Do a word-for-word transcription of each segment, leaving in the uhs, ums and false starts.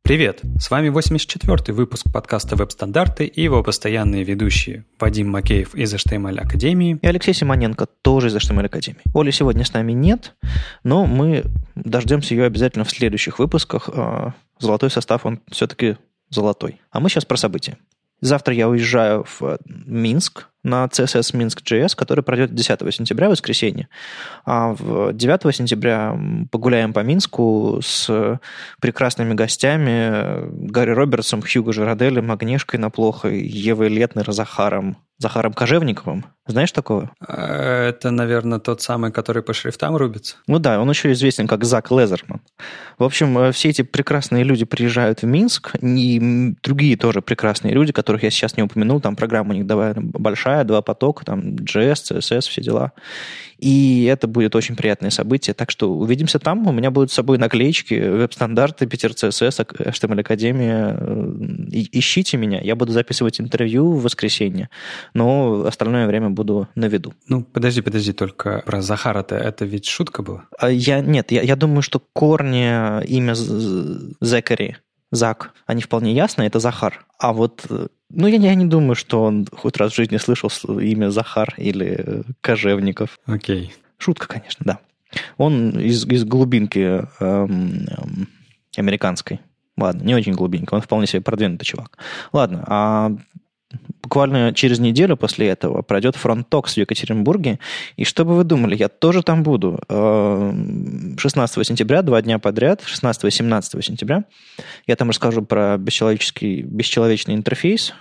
Привет! С вами восемьдесят четвёртый выпуск подкаста «Веб-стандарты» и его постоянные ведущие Вадим Макеев из эйч ти эм эль Академии и Алексей Симоненко тоже из эйч ти эм эль Академии. Оли сегодня с нами нет, но мы дождемся ее обязательно в следующих выпусках. Золотой состав, он все-таки золотой. А мы сейчас про события. Завтра я уезжаю в Минск на си эс эс Минск джей эс, который пройдет десятого сентября, воскресенье. А девятого сентября погуляем по Минску с прекрасными гостями Гарри Робертсом, Хьюго Жираделем, Агнешкой Наплохой, Евой Летнер, Захаром, Захаром Кожевниковым. Знаешь такого? Это, наверное, тот самый, который по шрифтам рубится? Ну да, он еще известен как Зак Лезерман. В общем, все эти прекрасные люди приезжают в Минск, и другие тоже прекрасные люди, которых я сейчас не упомянул, там программа у них довольно большая, два потока, там джей эс, си эс эс, все дела. И это будет очень приятное событие, так что увидимся там. У меня будут с собой наклеечки, веб-стандарты, Питер си эс эс, эйч ти эм эль Академия. Ищите меня, я буду записывать интервью в воскресенье, но остальное время буду на виду. Ну, подожди, подожди, только про Захара-то это ведь шутка была? Я, нет, я, я думаю, что корни имя Зекари, Зак, они вполне ясны, это Захар. А вот, ну, я, я не думаю, что он хоть раз в жизни слышал имя Захар или Кожевников. Окей. Шутка, конечно, да. Он из, из глубинки эм, эм, американской. Ладно, не очень глубинка, он вполне себе продвинутый чувак. Ладно, а буквально через неделю после этого пройдет фронт-токс в Екатеринбурге. И что бы вы думали, я тоже там буду. шестнадцатого сентября, два дня подряд, шестнадцатого и семнадцатого сентября. Я там расскажу про бесчеловеческий, бесчеловечный интерфейс,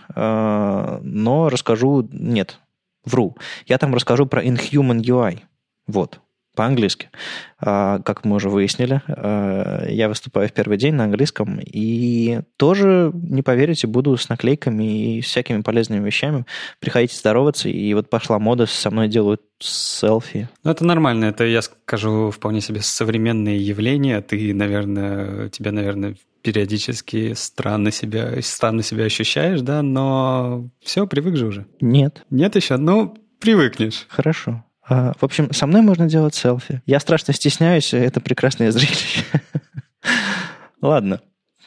но расскажу... Нет, вру. Я там расскажу про Inhuman ю ай. Вот. По-английски. Как мы уже выяснили, я выступаю в первый день на английском, и тоже, не поверите, буду с наклейками и всякими полезными вещами. Приходите здороваться, и вот пошла мода, со мной делают селфи. Ну, это нормально, это, я скажу, вполне себе современные явления. Ты, наверное, тебя, наверное, периодически странно себя, странно себя ощущаешь, да, но все, привык же уже. Нет. Нет еще? Ну, привыкнешь. Хорошо. В общем, со мной можно делать селфи. Я страшно стесняюсь, это прекрасное зрелище. Ладно.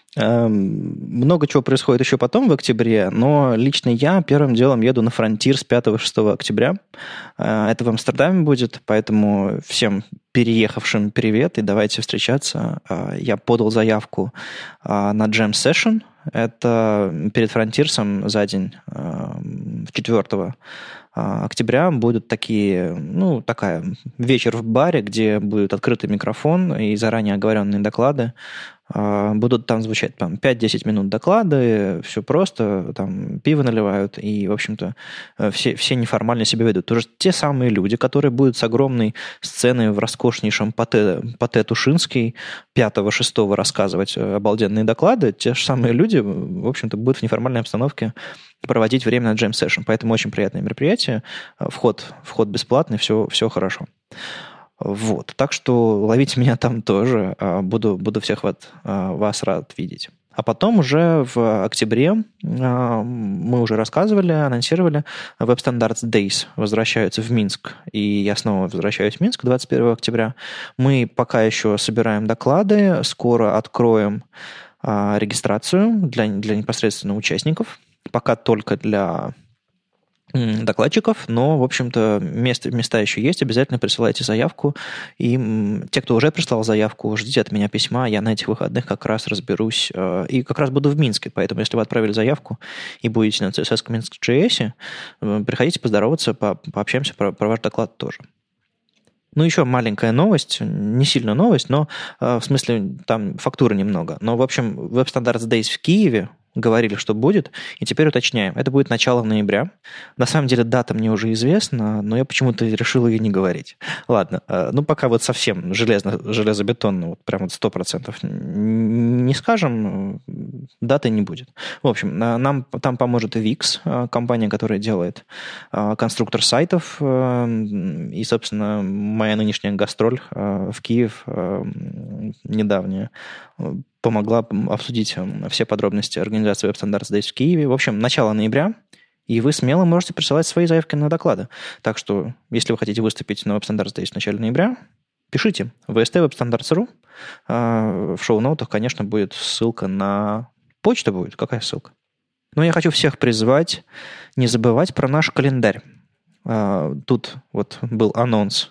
Много чего происходит еще потом в октябре, но лично я первым делом еду на Frontier с пятого-шестого октября. Это в Амстердаме будет, поэтому всем переехавшим привет и давайте встречаться. Я подал заявку на Jam Session. Это перед Frontier за день, четвёртого октября будут такие, ну, такая вечер в баре, где будет открытый микрофон и заранее оговоренные доклады. Будут там звучать там, пять-десять минут доклады, все просто, там пиво наливают, и, в общем-то, все, все неформально себя ведут. Тоже те самые люди, которые будут с огромной сценой в роскошнейшем Пате, Пате Тушинский пятого-шестого рассказывать обалденные доклады, те же самые люди, в общем-то, будут в неформальной обстановке проводить время на Jam Session. Поэтому очень приятное мероприятие. Вход, вход бесплатный, все, все хорошо. Вот. Так что ловите меня там тоже. Буду, буду всех вот, вас рад видеть. А потом уже в октябре мы уже рассказывали, анонсировали, Web Standards Days возвращаются в Минск. И я снова возвращаюсь в Минск двадцать первого октября. Мы пока еще собираем доклады. Скоро откроем регистрацию для, для непосредственно участников. Пока только для докладчиков, но, в общем-то, места, места еще есть. Обязательно присылайте заявку. И те, кто уже прислал заявку, ждите от меня письма. Я на этих выходных как раз разберусь. И как раз буду в Минске. Поэтому, если вы отправили заявку и будете на си эс эс Минск джей эс, приходите поздороваться, по, пообщаемся про, про ваш доклад тоже. Ну, еще маленькая новость, не сильно новость, но в смысле там фактуры немного. Но, в общем, Web Standards Days в Киеве говорили, что будет, и теперь уточняем. Это будет начало ноября. На самом деле дата мне уже известна, но я почему-то решил ее не говорить. Ладно, ну пока вот совсем железно, железобетонно, вот прям вот сто процентов не скажем, даты не будет. В общем, нам там поможет Wix, компания, которая делает конструктор сайтов, и, собственно, моя нынешняя гастроль в Киев недавняя помогла обсудить все подробности организации Web Standards Days в Киеве. В общем, начало ноября, и вы смело можете присылать свои заявки на доклады. Так что, если вы хотите выступить на Web Standards Days в начале ноября, пишите. ви эс ти веб стандартс точка ру. В шоу-ноутах, конечно, будет ссылка на... Почта будет? Какая ссылка? Но я хочу всех призвать не забывать про наш календарь. Тут вот был анонс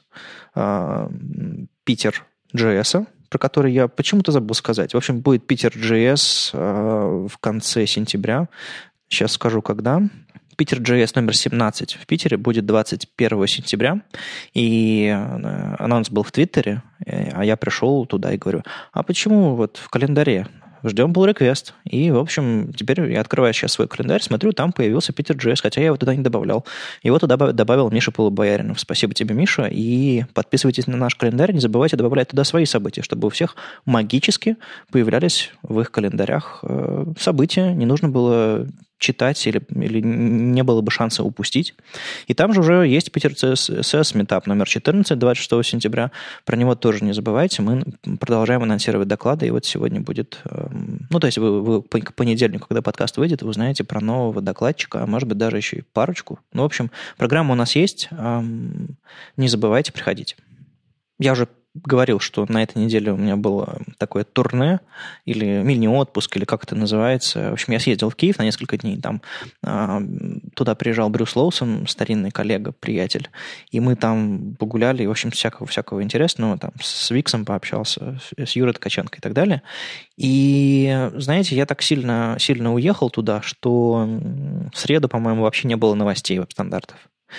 Питер джей эс, про который я почему-то забыл сказать. В общем, будет Питер джей эс в конце сентября. Сейчас скажу, когда. Питер джей эс номер семнадцать в Питере будет двадцать первого сентября. И анонс был в Твиттере, а я пришел туда и говорю, а почему вот в календаре? Ждем pull request. И, в общем, теперь я открываю сейчас свой календарь, смотрю, там появился Питер джей эс, хотя я его туда не добавлял. Его туда добавил Миша Полубояринов. Спасибо тебе, Миша. И подписывайтесь на наш календарь, не забывайте добавлять туда свои события, чтобы у всех магически появлялись в их календарях события. Не нужно было читать или, или не было бы шанса упустить. И там же уже есть Питер си эс эс метап номер четырнадцать, двадцать шестого сентября. Про него тоже не забывайте. Мы продолжаем анонсировать доклады, и вот сегодня будет... Ну, то есть вы, вы к понедельнику, когда подкаст выйдет, вы узнаете про нового докладчика, а может быть даже еще и парочку. Ну, в общем, программа у нас есть. Не забывайте приходить. Я уже говорил, что на этой неделе у меня было такое турне или мини-отпуск, или как это называется. В общем, я съездил в Киев на несколько дней. Там а, туда приезжал Брюс Лоусон, старинный коллега, приятель. И мы там погуляли, и, в общем, всякого-всякого интересного. Там с Виксом пообщался, с Юрой Ткаченко и так далее. И, знаете, я так сильно, сильно уехал туда, что в среду, по-моему, вообще не было новостей веб-стандартов.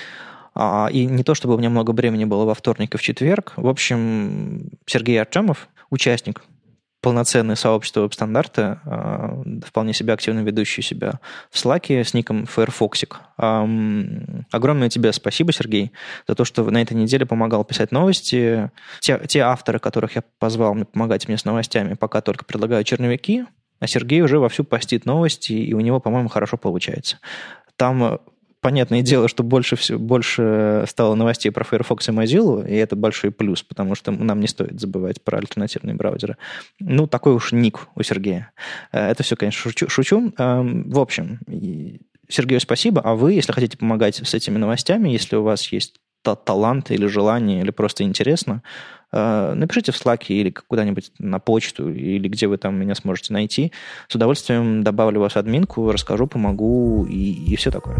И не то, чтобы у меня много времени было во вторник и в четверг. В общем, Сергей Артемов, участник полноценного сообщества веб-стандарта, вполне себе активно ведущий себя в Slack с ником Firefoxик. Огромное тебе спасибо, Сергей, за то, что на этой неделе помогал писать новости. Те, те авторы, которых я позвал помогать мне с новостями, пока только предлагают черновики, а Сергей уже вовсю постит новости, и у него, по-моему, хорошо получается. Там... Понятное дело, что больше, все, больше стало новостей про Firefox и Mozilla, и это большой плюс, потому что нам не стоит забывать про альтернативные браузеры. Ну, такой уж ник у Сергея. Это все, конечно, шучу. шучу. В общем, Сергею спасибо, а вы, если хотите помогать с этими новостями, если у вас есть талант или желание, или просто интересно, напишите в Slack или куда-нибудь на почту, или где вы там меня сможете найти. С удовольствием добавлю вас в админку, расскажу, помогу и, и все такое.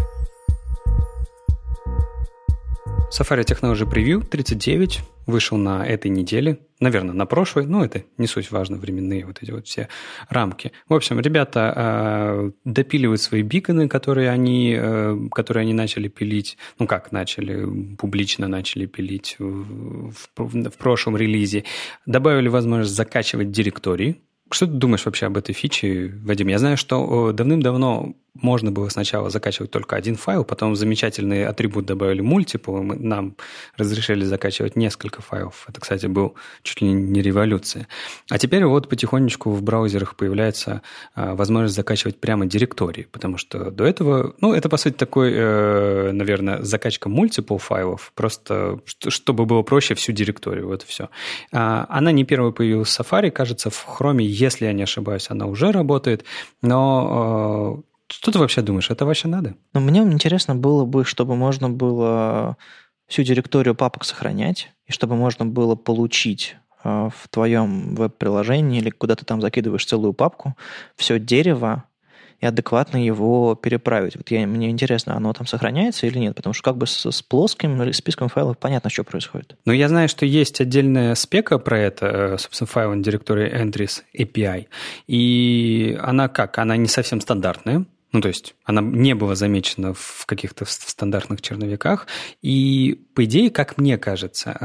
Safari Technology Preview тридцать девять вышел на этой неделе, наверное, на прошлой, но это не суть важно, временные вот эти вот все рамки. В общем, ребята э, допиливают свои биконы, которые они, э, которые они начали пилить, ну как начали, публично начали пилить в, в, в прошлом релизе, добавили возможность закачивать директории. Что ты думаешь вообще об этой фиче, Вадим? Я знаю, что давным-давно можно было сначала закачивать только один файл, потом замечательный атрибут добавили multiple, и нам разрешили закачивать несколько файлов. Это, кстати, был чуть ли не революция. А теперь вот потихонечку в браузерах появляется а, возможность закачивать прямо директории, потому что до этого, ну, это, по сути, такой, э, наверное, закачка multiple файлов, просто чтобы было проще всю директорию, вот и все. А, она не первая появилась в Safari, кажется, в Chrome, если я не ошибаюсь, она уже работает, но... Э, Что ты вообще думаешь, это вообще надо? Ну, мне интересно было бы, чтобы можно было всю директорию папок сохранять, и чтобы можно было получить э, в твоем веб-приложении или куда ты там закидываешь целую папку все дерево и адекватно его переправить. Вот я, мне интересно, оно там сохраняется или нет, потому что как бы с, с плоским списком файлов понятно, что происходит. Ну, я знаю, что есть отдельная спека про это, собственно, файл in directory entries эй пи ай, и она как? Она не совсем стандартная. Ну, то есть она не была замечена в каких-то стандартных черновиках. И, по идее, как мне кажется,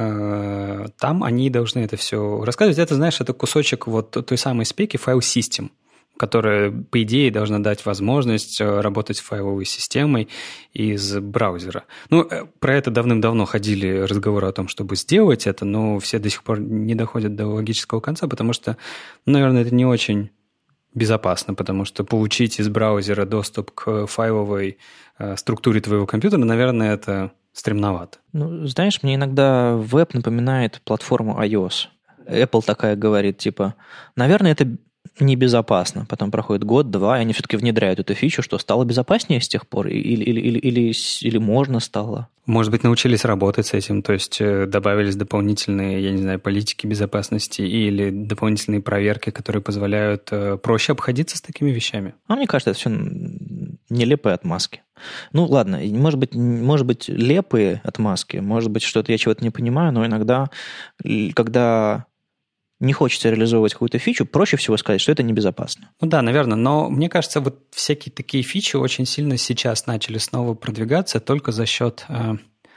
там они должны это все рассказывать. Это, знаешь, это кусочек вот той самой спеки файл system, которая, по идее, должна дать возможность работать с файловой системой из браузера. Ну, про это давным-давно ходили разговоры о том, чтобы сделать это, но все до сих пор не доходят до логического конца, потому что, наверное, это не очень... безопасно, потому что получить из браузера доступ к файловой э, структуре твоего компьютера, наверное, это стремновато. Ну, знаешь, мне иногда веб напоминает платформу iOS. Apple такая говорит, типа, наверное, это небезопасно. Потом проходит год-два, и они все-таки внедряют эту фичу, что стало безопаснее с тех пор? Или, или, или, или, или можно стало? Может быть, научились работать с этим, то есть добавились дополнительные, я не знаю, политики безопасности или дополнительные проверки, которые позволяют проще обходиться с такими вещами? А мне кажется, это все нелепые отмазки. Ну, ладно, может быть, может быть, лепые отмазки, может быть, что-то я чего-то не понимаю, но иногда, когда не хочется реализовывать какую-то фичу, проще всего сказать, что это небезопасно. Ну да, наверное, но мне кажется, вот всякие такие фичи очень сильно сейчас начали снова продвигаться только за счет... Э,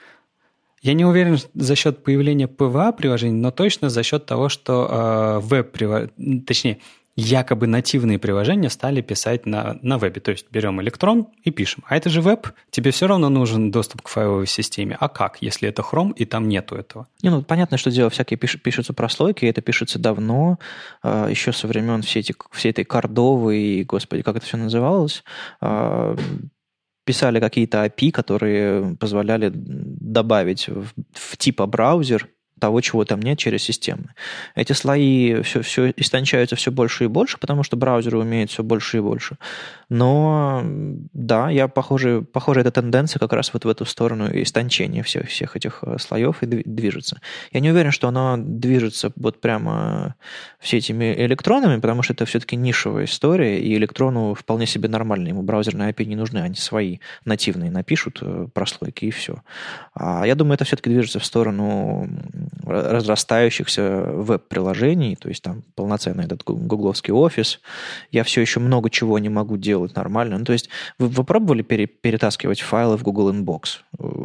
я не уверен, за счет появления пи ви эй-приложений, но точно за счет того, что э, веб-приложения, точнее, якобы нативные приложения стали писать на, на вебе. То есть берем электрон и пишем. А это же веб, тебе все равно нужен доступ к файловой системе. А как, если это Chrome и там нету этого? Не, ну, понятно, что дело, всякие пиш, пишутся прослойки, и это пишется давно, э, еще со времен всей, эти, всей этой кордовой, господи, как это все называлось, э, писали какие-то эй пи ай, которые позволяли добавить в, в типа браузер того, чего там нет, через системы. Эти слои все, все истончаются все больше и больше, потому что браузеры умеют все больше и больше. Но да, я похоже, похоже, эта тенденция как раз вот в эту сторону истончения всех, всех этих слоев и движется. Я не уверен, что она движется вот прямо все этими электронами, потому что это все-таки нишевая история, и электрону вполне себе нормально. Ему браузерные эй пи ай не нужны, они свои нативные напишут прослойки и все. А я думаю, это все-таки движется в сторону разрастающихся веб-приложений, то есть там полноценный этот гугловский офис. Я все еще много чего не могу делать нормально. Ну, то есть вы, вы пробовали пере, перетаскивать файлы в Google Inbox?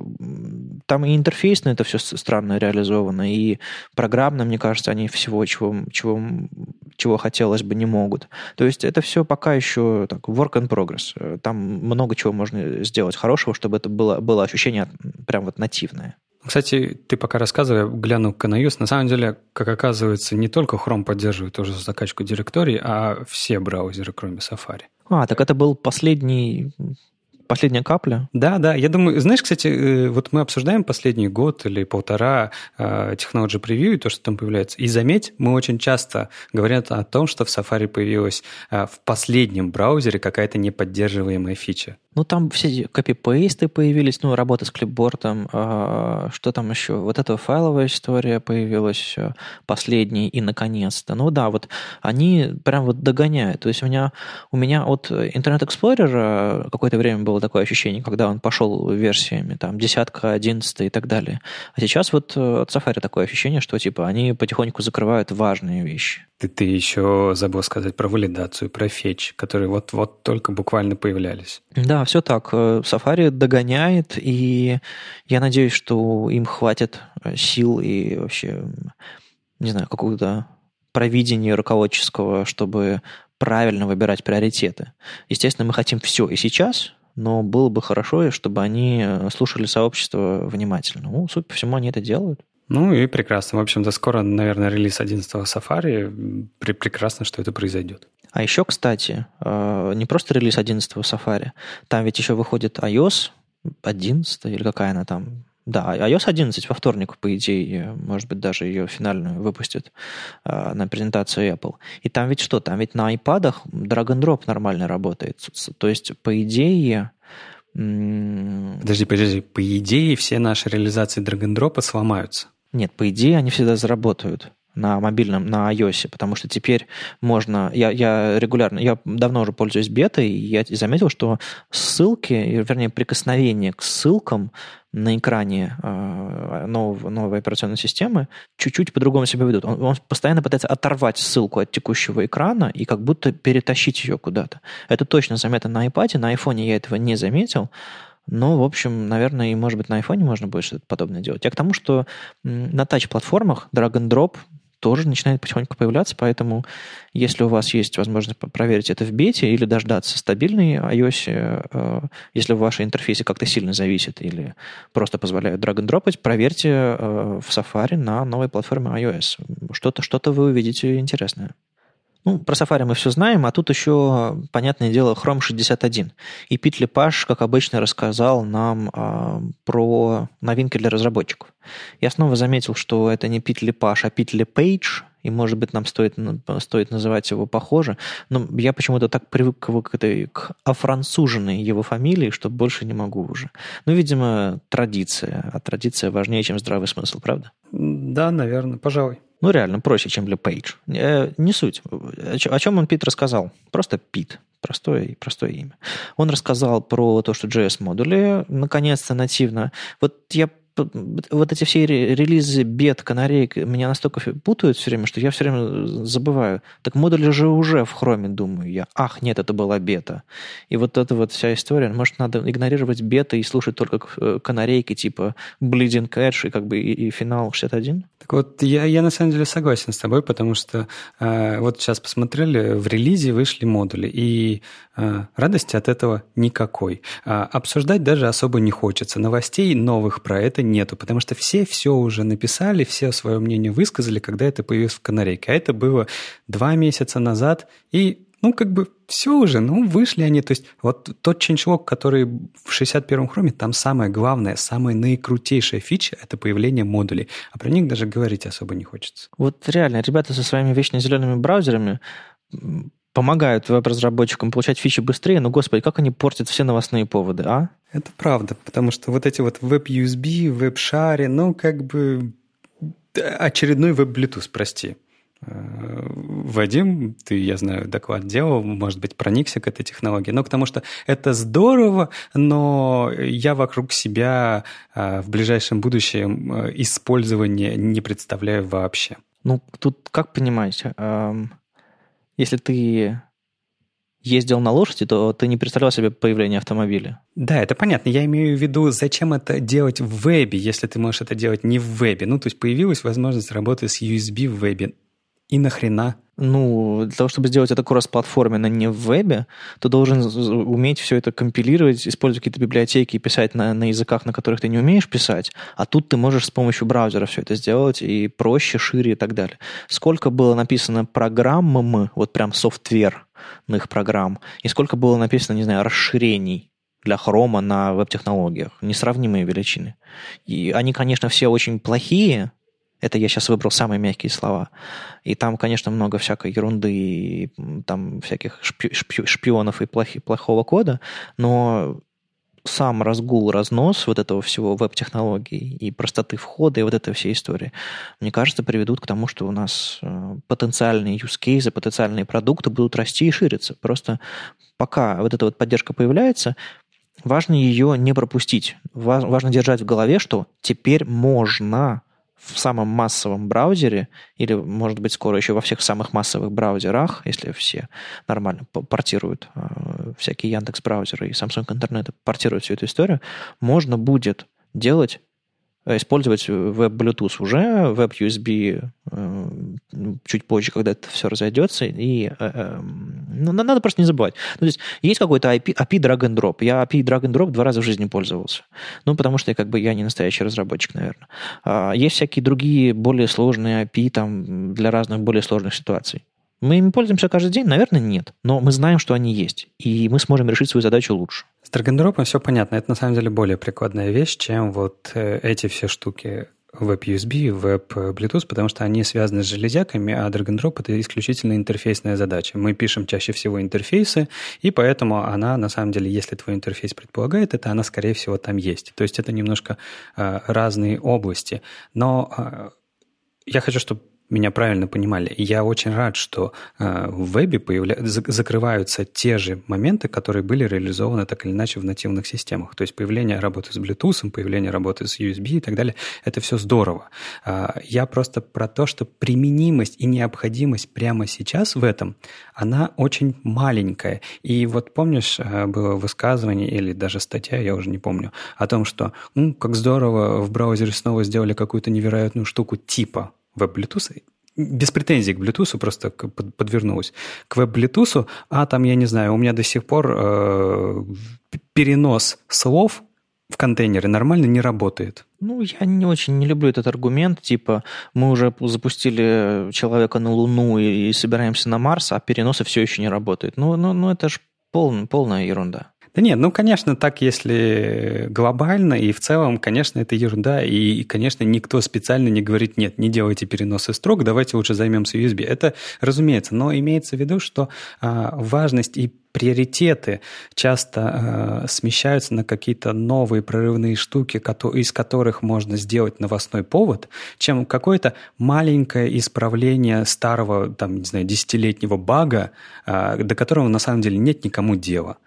Там и интерфейсно это все странно реализовано, и программно, мне кажется, они всего, чего, чего, чего хотелось бы, не могут. То есть это все пока еще так, work in progress. Там много чего можно сделать хорошего, чтобы это было, было ощущение прям вот нативное. Кстати, ты пока рассказывай, гляну к эн ай ю эс. На самом деле, как оказывается, не только Chrome поддерживает уже закачку директорий, а все браузеры, кроме Safari. А, так это был последний... Последняя капля? Да, да. Я думаю, знаешь, кстати, вот мы обсуждаем последний год или полтора Technology Preview и то, что там появляется. И заметь, мы очень часто говорим о том, что в Safari появилась в последнем браузере какая-то неподдерживаемая фича. Ну, там все копипейсты появились, ну, работа с клипбордом, а, что там еще? Вот эта файловая история появилась последней и наконец-то. Ну, да, вот они прям вот догоняют. То есть у меня, у меня от Internet Explorer какое-то время было такое ощущение, когда он пошел версиями, там, десятка, одиннадцатая и так далее. А сейчас вот от Safari такое ощущение, что, типа, они потихоньку закрывают важные вещи. Ты, ты еще забыл сказать про валидацию, про фетч, которые вот-вот только буквально появлялись. Да, все так. Safari догоняет, и я надеюсь, что им хватит сил и вообще, не знаю, какого-то провидения руководческого, чтобы правильно выбирать приоритеты. Естественно, мы хотим все и сейчас, но было бы хорошо, чтобы они слушали сообщество внимательно. Ну, судя по всему, они это делают. Ну и прекрасно. В общем-то, скоро, наверное, релиз одиннадцатого Safari. Прекрасно, что это произойдет. А еще, кстати, не просто релиз одиннадцатого Safari, там ведь еще выходит iOS одиннадцать, или какая она там. Да, iOS одиннадцать во вторник, по идее, может быть, даже ее финальную выпустят на презентацию Apple. И там ведь что? Там ведь на iPad'ах drag and drop нормально работает. То есть, по идее... Подожди, подожди. По идее, все наши реализации drag and drop сломаются. Нет, по идее, они всегда заработают на мобильном, на iOS, потому что теперь можно... Я, я регулярно... Я давно уже пользуюсь бетой, и я заметил, что ссылки, вернее, прикосновение к ссылкам на экране э, нового, новой операционной системы чуть-чуть по-другому себя ведут. Он, он постоянно пытается оторвать ссылку от текущего экрана и как будто перетащить ее куда-то. Это точно заметно на iPad, на iPhone я этого не заметил. Но, в общем, наверное, и, может быть, на iPhone можно будет что-то подобное делать. Я к тому, что на тач-платформах drag and drop тоже начинает потихоньку появляться, поэтому если у вас есть возможность проверить это в бете или дождаться стабильной iOS, если в вашей интерфейсе как-то сильно зависит или просто позволяют drag and dropать, проверьте в Safari на новой платформе iOS. Что-то, что-то вы увидите интересное. Ну, про Safari мы все знаем, а тут еще, понятное дело, Chrome шестьдесят один. И Пит Лепаш, как обычно, рассказал нам а, про новинки для разработчиков. Я снова заметил, что это не Пит Лепаш, а Пит Лепейдж, и, может быть, нам стоит, стоит называть его похоже, но я почему-то так привык к, к этой к офранцуженной его фамилии, что больше не могу уже. Ну, видимо, традиция, а традиция важнее, чем здравый смысл, правда? Да, наверное, пожалуй. Ну, реально, проще, чем Лепейдж. Э, не суть. О чем он, Пит, рассказал? Просто Пит. Простое, простое имя. Он рассказал про то, что джей эс-модули наконец-то нативно. Вот я вот эти все релизы бет, канареек меня настолько путают все время, что я все время забываю. Так модули же уже в Chrome, думаю я. Ах, нет, это была бета. И вот эта вот вся история. Может, надо игнорировать бета и слушать только канарейки типа Bleeding Edge и как бы и, и финал шестьдесят один? Так вот, я, я на самом деле согласен с тобой, потому что э, вот сейчас посмотрели, в релизе вышли модули, и э, радости от этого никакой. А обсуждать даже особо не хочется. Новостей новых про это нету, потому что все все уже написали, все свое мнение высказали, когда это появилось в канарейке. А это было два месяца назад, и ну, как бы все уже, ну, вышли они. То есть вот тот changelog, который в шестьдесят первом хроме, там самое главное, самая наикрутейшая фича – это появление модулей. А про них даже говорить особо не хочется. Вот реально, ребята со своими вечно зелеными браузерами помогают веб-разработчикам получать фичи быстрее, но, господи, как они портят все новостные поводы, а? Это правда, потому что вот эти вот веб-ю эс би, веб-шари, ну, как бы очередной веб-Bluetooth, прости. Вадим, ты, я знаю, доклад делал, может быть, проникся к этой технологии, но потому что это здорово, но я вокруг себя в ближайшем будущем использования не представляю вообще. Ну, тут как понимать, если ты ездил на лошади, то ты не представлял себе появление автомобиля. Да, это понятно. Я имею в виду, зачем это делать в вебе, если ты можешь это делать не в вебе. Ну, то есть появилась возможность работать с ю эс би в вебе. И нахрена? Ну, для того, чтобы сделать это кросс-платформенно не в вебе, ты должен уметь все это компилировать, использовать какие-то библиотеки и писать на, на языках, на которых ты не умеешь писать, а тут ты можешь с помощью браузера все это сделать и проще, шире и так далее. Сколько было написано программам, вот прям софтверных программ, и сколько было написано, не знаю, расширений для Chrome на веб-технологиях. Несравнимые величины. И они, конечно, все очень плохие. Это я сейчас выбрал самые мягкие слова. И там, конечно, много всякой ерунды, и там всяких шпи- шпи- шпионов и плохи- плохого кода, но сам разгул, разнос вот этого всего веб-технологий и простоты входа, и вот этой всей истории, мне кажется, приведут к тому, что у нас потенциальные use cases, потенциальные продукты будут расти и шириться. Просто пока вот эта вот поддержка появляется, важно ее не пропустить. Важно держать в голове, что теперь можно в самом массовом браузере, или, может быть, скоро еще во всех самых массовых браузерах, если все нормально портируют э, всякие Яндекс-браузеры и Samsung Интернет портируют всю эту историю, можно будет делать, использовать веб-Bluetooth уже, веб-ю эс би э, чуть позже, когда это все разойдется, и э, э, ну, надо просто не забывать. Ну, то есть есть какой-то эй пи, эй пи drag and drop. Я эй пи drag and drop два раза в жизни пользовался. Ну, потому что я, как бы, я не настоящий разработчик, наверное. А есть всякие другие более сложные эй пи там, для разных более сложных ситуаций. Мы ими пользуемся каждый день? Наверное, нет. Но мы знаем, что они есть. И мы сможем решить свою задачу лучше. С drag-and-drop все понятно. Это на самом деле более прикладная вещь, чем вот эти все штуки веб-ю эс би, веб-Bluetooth, потому что они связаны с железяками, а drag-and-drop – это исключительно интерфейсная задача. Мы пишем чаще всего интерфейсы, и поэтому она, на самом деле, если твой интерфейс предполагает это, она, скорее всего, там есть. То есть это немножко э, разные области. Но э, я хочу, чтобы меня правильно понимали. Я очень рад, что э, в вебе появля... закрываются те же моменты, которые были реализованы так или иначе в нативных системах. То есть появление работы с Bluetooth, появление работы с ю эс би и так далее. Это все здорово. Э, я просто про то, что применимость и необходимость прямо сейчас в этом, она очень маленькая. И вот помнишь, э, было высказывание или даже статья, я уже не помню, о том, что ну, как здорово в браузере снова сделали какую-то невероятную штуку типа веб-Bluetooth, без претензий к Bluetooth, просто подвернулась. К веб-Bluetooth, а там, я не знаю, у меня до сих пор э, перенос слов в контейнеры нормально не работает. Ну, я не очень не люблю этот аргумент, типа, мы уже запустили человека на Луну и, и собираемся на Марс, а переносы все еще не работают. Ну, ну, ну это же пол, полная ерунда. Да нет, ну, конечно, так, если глобально, и в целом, конечно, это ерунда, и, конечно, никто специально не говорит, нет, не делайте переносы строк, давайте лучше займемся ю эс би. Это, разумеется, но имеется в виду, что а, важность и приоритеты часто э, смещаются на какие-то новые прорывные штуки, из которых можно сделать новостной повод, чем какое-то маленькое исправление старого, там, не знаю, десятилетнего бага, э, до которого на самом деле нет никому дела.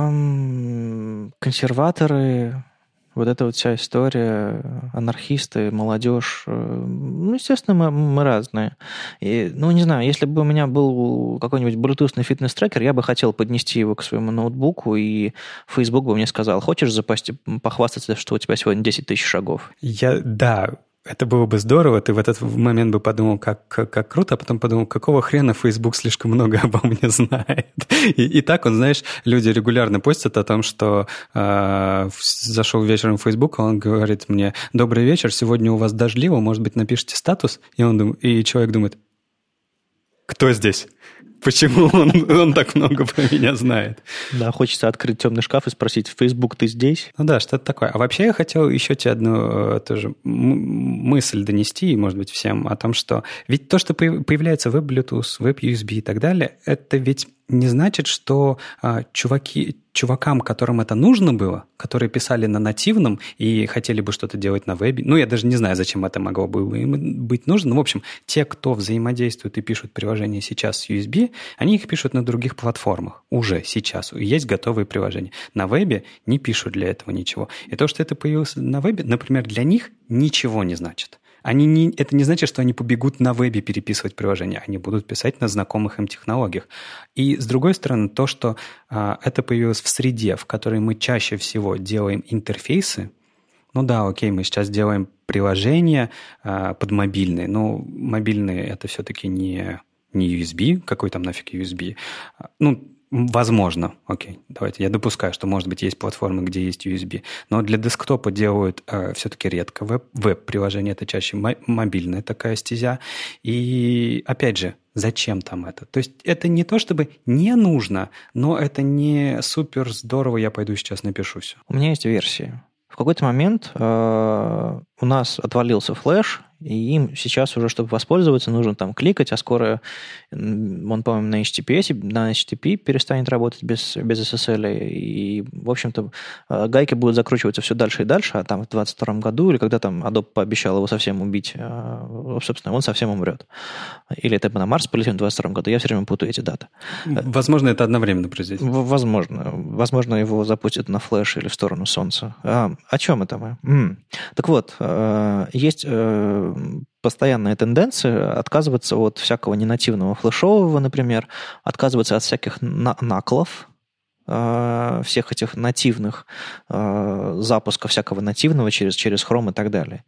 Um, консерваторы, вот эта вот вся история, анархисты, молодежь, ну, естественно, мы, мы разные. И, ну, не знаю, если бы у меня был какой-нибудь Bluetooth фитнес-трекер, я бы хотел поднести его к своему ноутбуку, и Facebook бы мне сказал, хочешь запасти, похвастаться, что у тебя сегодня десять тысяч шагов? Я, да, это было бы здорово, ты в этот момент бы подумал, как, как, как круто, а потом подумал, какого хрена Facebook слишком много обо мне знает. И, и так, он, знаешь, люди регулярно постят о том, что э, зашел вечером в Facebook, он говорит мне, добрый вечер, сегодня у вас дождливо, может быть, напишите статус? И, он дум... и человек думает, кто здесь? Почему он, он так много про меня знает? Да, хочется открыть темный шкаф и спросить, Facebook, ты здесь? Ну да, что-то такое. А вообще я хотел еще тебе одну тоже мысль донести, может быть, всем, о том, что ведь то, что появляется веб-Bluetooth, веб-ю эс би и так далее, это ведь не значит, что а, чуваки, чувакам, которым это нужно было, которые писали на нативном и хотели бы что-то делать на вебе, ну, я даже не знаю, зачем это могло бы им быть нужно, но, в общем, те, кто взаимодействует и пишут приложения сейчас с ю эс би, они их пишут на других платформах уже сейчас, есть готовые приложения. На вебе не пишут для этого ничего. И то, что это появилось на вебе, например, для них ничего не значит. Они не, это не значит, что они побегут на вебе переписывать приложения. Они будут писать на знакомых им технологиях. И, с другой стороны, то, что а, это появилось в среде, в которой мы чаще всего делаем интерфейсы, ну да, окей, мы сейчас делаем приложения а, под мобильные, но мобильные это все-таки не, не ю эс би, какой там нафиг ю эс би. Ну, возможно, окей, давайте, я допускаю, что, может быть, есть платформы, где есть ю эс би, но для десктопа делают э, все-таки редко веб, веб-приложение, это чаще мо- мобильная такая стезя, и, опять же, зачем там это? То есть это не то, чтобы не нужно, но это не супер здорово, я пойду сейчас напишу все. У меня есть версия. В какой-то момент э, у нас отвалился флеш, и им сейчас уже, чтобы воспользоваться, нужно там кликать, а скоро он, по-моему, на эйч ти ти пи, на эйч ти ти пи перестанет работать без, без эс эс эл, и, в общем-то, гайки будут закручиваться все дальше и дальше, а там в двадцать втором году, или когда там Adobe пообещал его совсем убить, собственно, он совсем умрет. Или это на Марс полетим в двадцать втором году, я все время путаю эти даты. Возможно, это одновременно произойдет. Возможно. Возможно, его запустят на флеш или в сторону Солнца. А, о чем это мы? М-м. Так вот, есть постоянная тенденция отказываться от всякого ненативного флешового, например, отказываться от всяких наклов, всех этих нативных запусков всякого нативного через, через Chrome и так далее.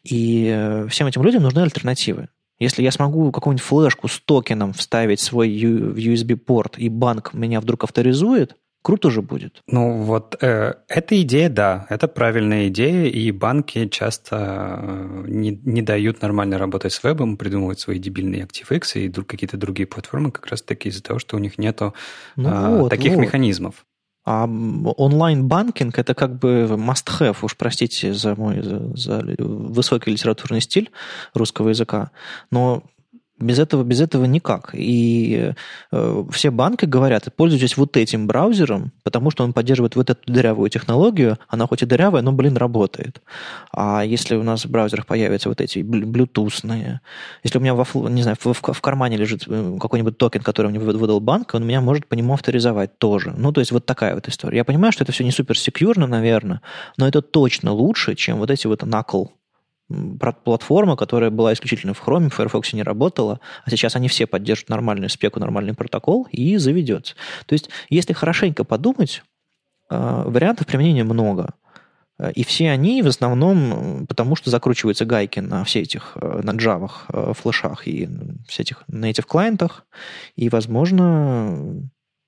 И всем этим людям нужны альтернативы. Если я смогу какую-нибудь флешку с токеном вставить в свой ю эс би-порт, и банк меня вдруг авторизует, круто же будет. Ну вот, э, эта идея, да, это правильная идея, и банки часто э, не, не дают нормально работать с вебом, придумывают свои дебильные ActiveX и друг, какие-то другие платформы как раз-таки из-за того, что у них нету ну э, вот, таких вот. механизмов. А онлайн-банкинг – это как бы must-have, уж простите за мой за, за высокий литературный стиль русского языка, но без этого, без этого никак. И э, все банки говорят, пользуйтесь вот этим браузером, потому что он поддерживает вот эту дырявую технологию, она хоть и дырявая, но, блин, работает. А если у нас в браузерах появятся вот эти блютусные, если у меня, во, не знаю, в, в кармане лежит какой-нибудь токен, который мне выдал банк, он меня может по нему авторизовать тоже. Ну, то есть вот такая вот история. Я понимаю, что это все не супер-секьюрно, наверное, но это точно лучше, чем вот эти вот накл платформа, которая была исключительно в Chrome, в Firefox не работала, а сейчас они все поддерживают нормальную спеку, нормальный протокол, и заведется. То есть, если хорошенько подумать, вариантов применения много. И все они в основном потому, что закручиваются гайки на все этих, на Java, флешах и все этих native клиентах, и, возможно,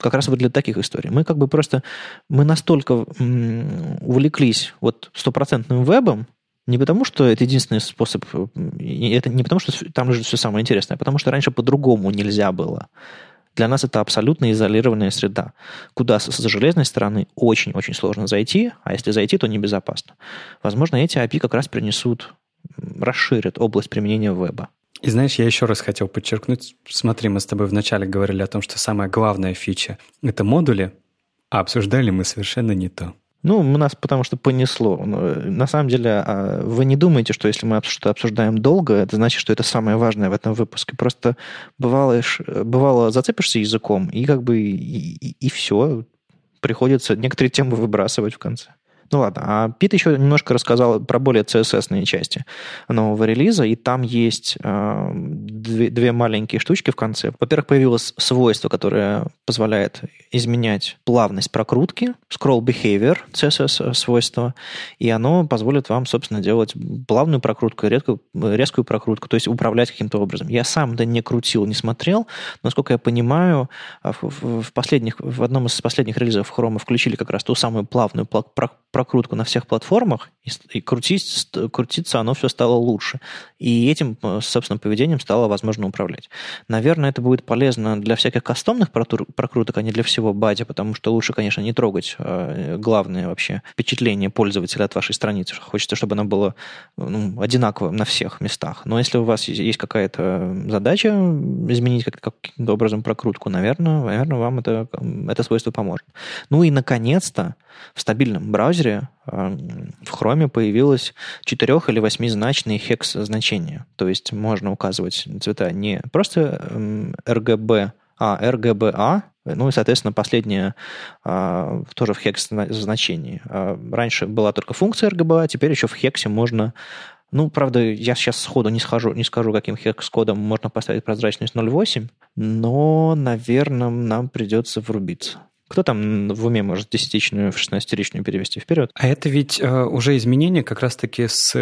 как раз вот для таких историй. Мы как бы просто, мы настолько м, увлеклись вот стопроцентным вебом, не потому, что это единственный способ, и это не потому, что там лежит все самое интересное, а потому что раньше по-другому нельзя было. Для нас это абсолютно изолированная среда, куда с, с железной стороны очень-очень сложно зайти, а если зайти, то небезопасно. Возможно, эти эй пи как раз принесут, расширят область применения веба. И знаешь, я еще раз хотел подчеркнуть, смотри, мы с тобой вначале говорили о том, что самая главная фича – это модули, а обсуждали мы совершенно не то. Ну, у нас потому что понесло. На самом деле, вы не думаете, что если мы что-то обсуждаем долго, это значит, что это самое важное в этом выпуске. Просто бывало, бывало зацепишься языком, и как бы и, и, и все. Приходится некоторые темы выбрасывать в конце. Ну ладно, а Пит еще немножко рассказал про более си эс эс-ные части нового релиза, и там есть э, две, две маленькие штучки в конце. Во-первых, появилось свойство, которое позволяет изменять плавность прокрутки, scroll behavior, си эс эс-свойство, и оно позволит вам, собственно, делать плавную прокрутку, редкую, резкую прокрутку, то есть управлять каким-то образом. Я сам да не крутил, не смотрел, но, насколько я понимаю, в, в, последних, в одном из последних релизов Chrome включили как раз ту самую плавную прокрутку, прокрутку на всех платформах, и, и крутить, крутиться оно все стало лучше. И этим, собственно, поведением стало возможно управлять. Наверное, это будет полезно для всяких кастомных прокруток, а не для всего бади, потому что лучше, конечно, не трогать э, главное вообще впечатление пользователя от вашей страницы. Хочется, чтобы оно было ну, одинаковым на всех местах. Но если у вас есть какая-то задача изменить как- каким-то образом прокрутку, наверное, наверное вам это, это свойство поможет. Ну и, наконец-то, в стабильном браузере в Chrome появилось четырех- или восьмизначные хекс-значения. То есть можно указывать цвета не просто эр джи би, а эр джи би эй, ну и, соответственно, последнее тоже в хекс-значении. Раньше была только функция эр джи би, а теперь еще в хексе можно... Ну, правда, я сейчас сходу не, схожу, не скажу, каким хекс-кодом можно поставить прозрачность ноль восемь, но, наверное, нам придется врубиться. Кто там в уме может десятичную в шестнадцатиричную перевести вперед? А это ведь э, уже изменение как раз-таки с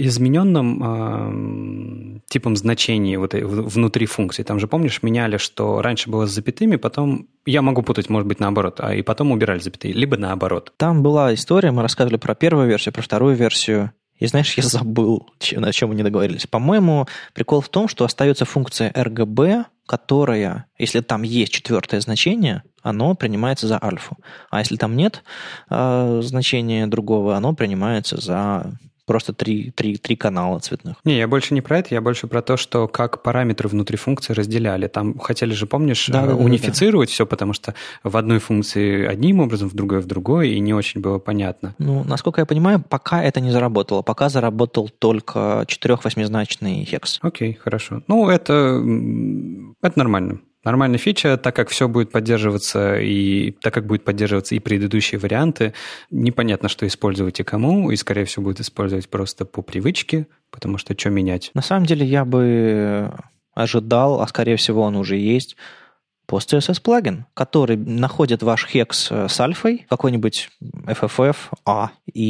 измененным э, типом значений вот, внутри функции. Там же, помнишь, меняли, что раньше было с запятыми, потом, я могу путать, может быть, наоборот, а и потом убирали запятые, либо наоборот. Там была история, мы рассказывали про первую версию, про вторую версию. И знаешь, я забыл, на чем мы не договорились. По-моему, прикол в том, что остается функция эр джи би, которая, если там есть четвертое значение, оно принимается за альфу. А если там нет э, значения другого, оно принимается за просто три, три, три канала цветных. Не, я больше не про это, я больше про то, что как параметры внутри функции разделяли. Там хотели же, помнишь, да, да, унифицировать да, да. все, потому что в одной функции одним образом, в другой в другой, и не очень было понятно. Ну, насколько я понимаю, пока это не заработало. Пока заработал только четырех-восьмизначный хекс. Окей, хорошо. Ну, это, это нормально. Нормальная фича, так как все будет поддерживаться, и так как будет поддерживаться и предыдущие варианты, непонятно, что использовать и кому, и, скорее всего, будет использовать просто по привычке, потому что что менять? На самом деле, я бы ожидал, а, скорее всего, он уже есть, PostCSS плагин, который находит ваш хекс с альфой, какой-нибудь эф эф эф, а,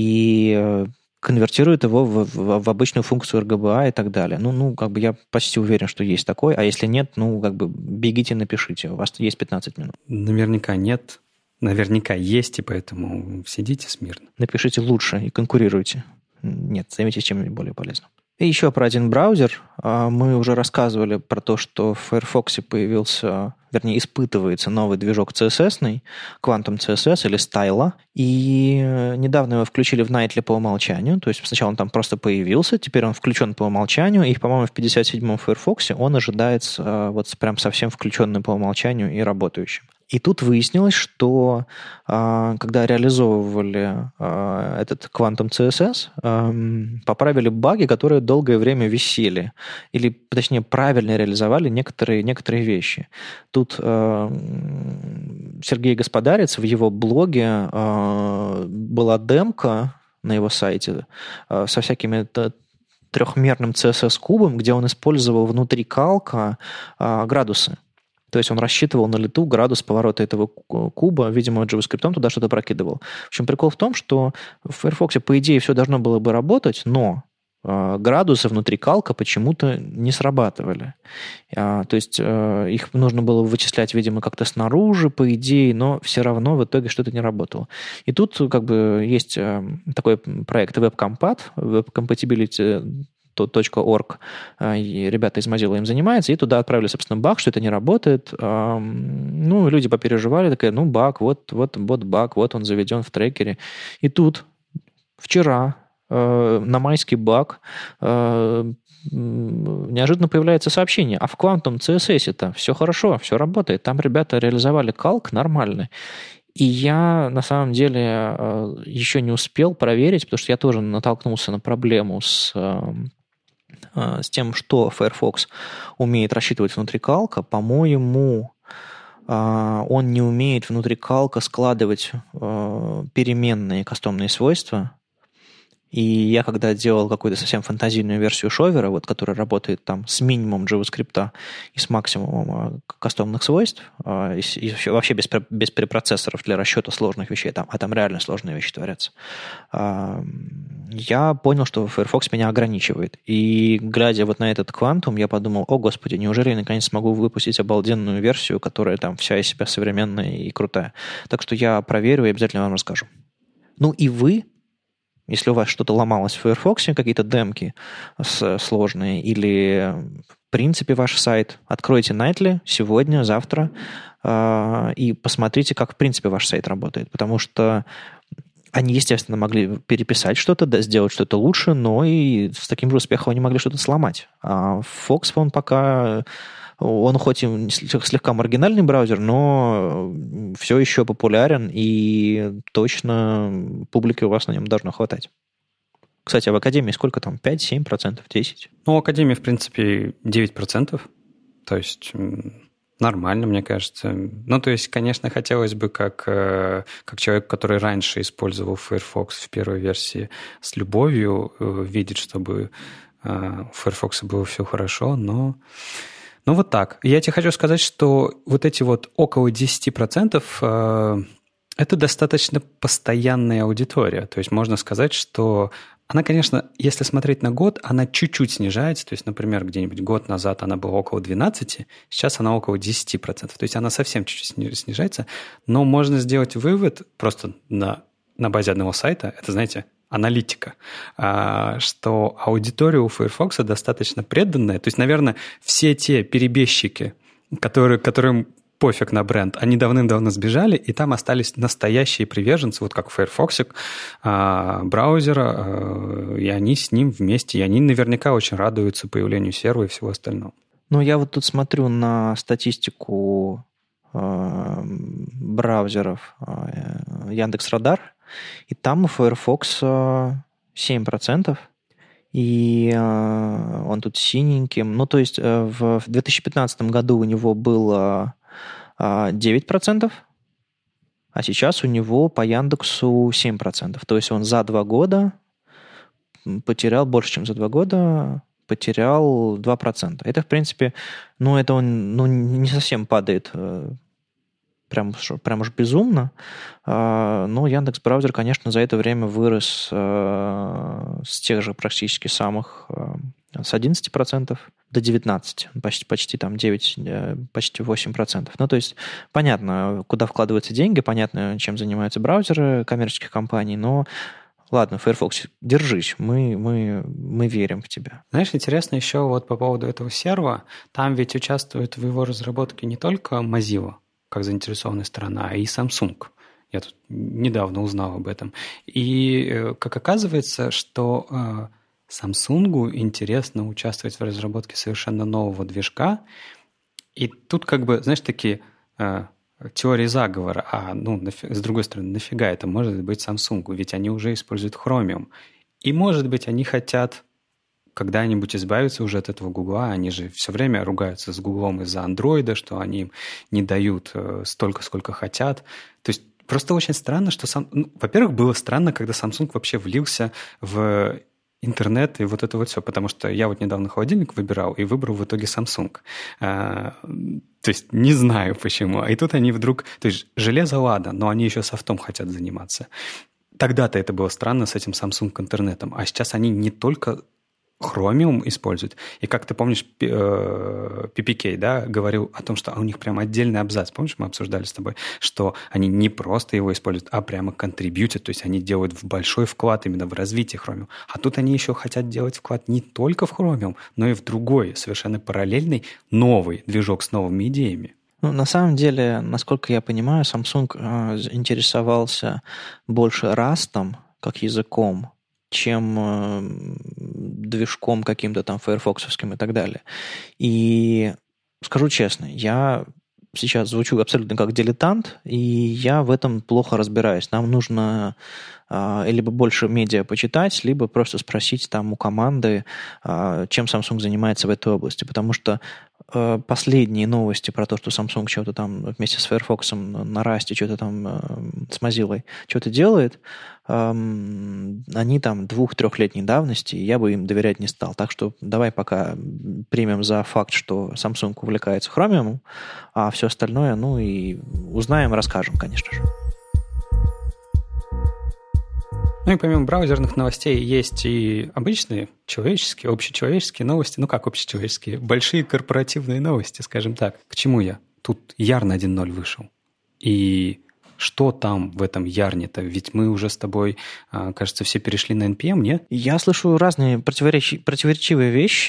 и конвертирует его в, в, в обычную функцию эр джи би эй и так далее. Ну, ну, как бы я почти уверен, что есть такой, а если нет, ну, как бы бегите, напишите, у вас есть пятнадцать минут. Наверняка нет, наверняка есть, и поэтому сидите смирно. Напишите лучше и конкурируйте. Нет, займитесь чем-нибудь более полезным. И еще про один браузер. Мы уже рассказывали про то, что в Firefox появился, вернее, испытывается новый движок си эс эс-ный, Quantum си эс эс или Stylo. И недавно его включили в Nightly по умолчанию. То есть сначала он там просто появился, теперь он включен по умолчанию. И, по-моему, в пятьдесят седьмом Firefox он ожидается вот прям совсем включенным по умолчанию и работающим. И тут выяснилось, что когда реализовывали этот Quantum си эс эс, поправили баги, которые долгое время висели. Или, точнее, правильно реализовали некоторые, некоторые вещи. Тут Сергей Господарец в его блоге была демка на его сайте со всякими трехмерным си эс эс-кубом, где он использовал внутри калка градусы. То есть он рассчитывал на лету градус поворота этого куба, видимо, JavaScript туда что-то прокидывал. В общем, прикол в том, что в Firefox, по идее, все должно было бы работать, но градусы внутри калка почему-то не срабатывали. То есть их нужно было вычислять, видимо, как-то снаружи, по идее, но все равно в итоге что-то не работало. И тут как бы есть такой проект WebCompat, Web Compatibility точка орг, ребята из Mozilla им занимаются, и туда отправили, собственно, баг, что это не работает. Ну, люди попереживали, такая, ну, баг, вот, вот, вот баг, вот он заведен в трекере. И тут вчера на майский баг неожиданно появляется сообщение, а в Quantum си эс эс-то все хорошо, все работает. Там ребята реализовали калк нормальный. И я, на самом деле, еще не успел проверить, потому что я тоже натолкнулся на проблему с, с тем, что Firefox умеет рассчитывать внутри калка. По-моему, он не умеет внутри калка складывать переменные кастомные свойства. И я, когда делал какую-то совсем фантазийную версию шовера, вот, которая работает там с минимумом JavaScript и с максимумом кастомных свойств, и, и вообще без, без препроцессоров для расчета сложных вещей, там, а там реально сложные вещи творятся, я понял, что Firefox меня ограничивает. И глядя вот на этот Quantum, я подумал, о, господи, неужели я наконец смогу выпустить обалденную версию, которая там вся из себя современная и крутая. Так что я проверю и обязательно вам расскажу. Ну и вы, если у вас что-то ломалось в Firefox, какие-то демки сложные, или в принципе ваш сайт, откройте Nightly сегодня, завтра, э, и посмотрите, как в принципе ваш сайт работает. Потому что они, естественно, могли переписать что-то, да, сделать что-то лучше, но и с таким же успехом они могли что-то сломать. А Fox, он пока... Он хоть и слегка маргинальный браузер, но все еще популярен, и точно публики у вас на нем должно хватать. Кстати, а в Академии сколько там? пять-семь процентов, десять процентов? Ну, в Академии, в принципе, девять процентов. То есть нормально, мне кажется. Ну, то есть, конечно, хотелось бы, как, как человек, который раньше использовал Firefox в первой версии, с любовью видеть, чтобы у Firefox было все хорошо, но... Ну, вот так. Я тебе хочу сказать, что вот эти вот около десять процентов э, это достаточно постоянная аудитория. То есть можно сказать, что она, конечно, если смотреть на год, она чуть-чуть снижается. То есть, например, где-нибудь год назад она была около двенадцати, сейчас она около десяти процентов. То есть она совсем чуть-чуть снижается. Но можно сделать вывод просто на, на базе одного сайта. Это, знаете... аналитика, что аудитория у Firefox достаточно преданная. То есть, наверное, все те перебежчики, которые, которым пофиг на бренд, они давным-давно сбежали, и там остались настоящие приверженцы, вот как Firefox, браузера, и они с ним вместе, и они наверняка очень радуются появлению сервера и всего остального. Ну, я вот тут смотрю на статистику браузеров Яндекс.Радар, и там у Firefox семь процентов, и он тут синеньким. Ну, то есть в две тысячи пятнадцатом году у него было девять процентов, а сейчас у него по Яндексу семь процентов. То есть он за два года потерял, больше, чем за два года, потерял два процента. Это, в принципе, ну, это он ну, не совсем падает прям, прям уж безумно. Но Яндекс.Браузер, конечно, за это время вырос с тех же практически самых, с одиннадцати процентов до девятнадцати процентов, почти, почти там девять, почти восемь процентов. Ну, то есть понятно, куда вкладываются деньги, понятно, чем занимаются браузеры коммерческих компаний, но ладно, Firefox, держись, мы, мы, мы верим в тебя. Знаешь, интересно еще вот по поводу этого сервера, там ведь участвует в его разработке не только Mozilla, как заинтересованная сторона, а и Samsung. Я тут недавно узнал об этом. И как оказывается, что Samsung интересно участвовать в разработке совершенно нового движка. И тут как бы, знаешь, такие теории заговора. А, ну, нафиг, с другой стороны, нафига это может быть Samsung? Ведь они уже используют Chromium. И, может быть, они хотят когда-нибудь избавиться уже от этого Гугла. Они же все время ругаются с Гуглом из-за андроида, что они им не дают столько, сколько хотят. То есть просто очень странно, что... Сам... Ну, во-первых, было странно, когда Samsung вообще влился в интернет и вот это вот все, потому что я вот недавно холодильник выбирал и выбрал в итоге Samsung. А, то есть не знаю почему. И тут они вдруг... То есть железо ладно, но они еще софтом хотят заниматься. Тогда-то это было странно с этим Samsung интернетом. А сейчас они не только Chromium используют. И как ты помнишь, пи пи кей, да, говорил о том, что у них прям отдельный абзац. Помнишь, мы обсуждали с тобой, что они не просто его используют, а прямо контрибьютят, то есть они делают большой вклад именно в развитие Chromium. А тут они еще хотят делать вклад не только в Chromium, но и в другой, совершенно параллельный, новый движок с новыми идеями. Ну, на самом деле, насколько я понимаю, Samsung э, интересовался больше Rust как языком, чем э, движком каким-то там файрфоксовским и так далее. И скажу честно, я сейчас звучу абсолютно как дилетант, и я в этом плохо разбираюсь. Нам нужно э, либо больше медиа почитать, либо просто спросить там у команды, э, чем Samsung занимается в этой области, потому что э, последние новости про то, что Samsung что-то там вместе с Firefox на Rust что-то там э, с Mozilla что-то делает, э, они там двух-трехлетней давности, и я бы им доверять не стал. Так что давай пока примем за факт, что Samsung увлекается Chromium, а все остальное, ну и узнаем, расскажем, конечно же. Ну и помимо браузерных новостей есть и обычные человеческие, общечеловеческие новости. Ну как общечеловеческие? Большие корпоративные новости, скажем так. К чему я? Тут Yarn один ноль вышел. И что там в этом Yarn-то? Ведь мы уже с тобой, кажется, все перешли на эн пи эм, нет? Я слышу разные противоречи- противоречивые вещи.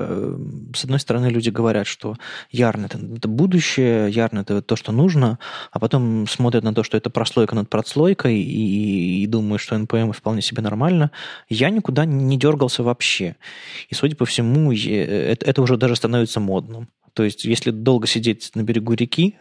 С одной стороны, люди говорят, что Yarn это, это будущее, Yarn это то, что нужно, а потом смотрят на то, что это прослойка над прослойкой, и, и думают, что эн пи эм вполне себе нормально. Я никуда не дергался вообще. И, судя по всему, это, это уже даже становится модным. То есть, если долго сидеть на берегу реки,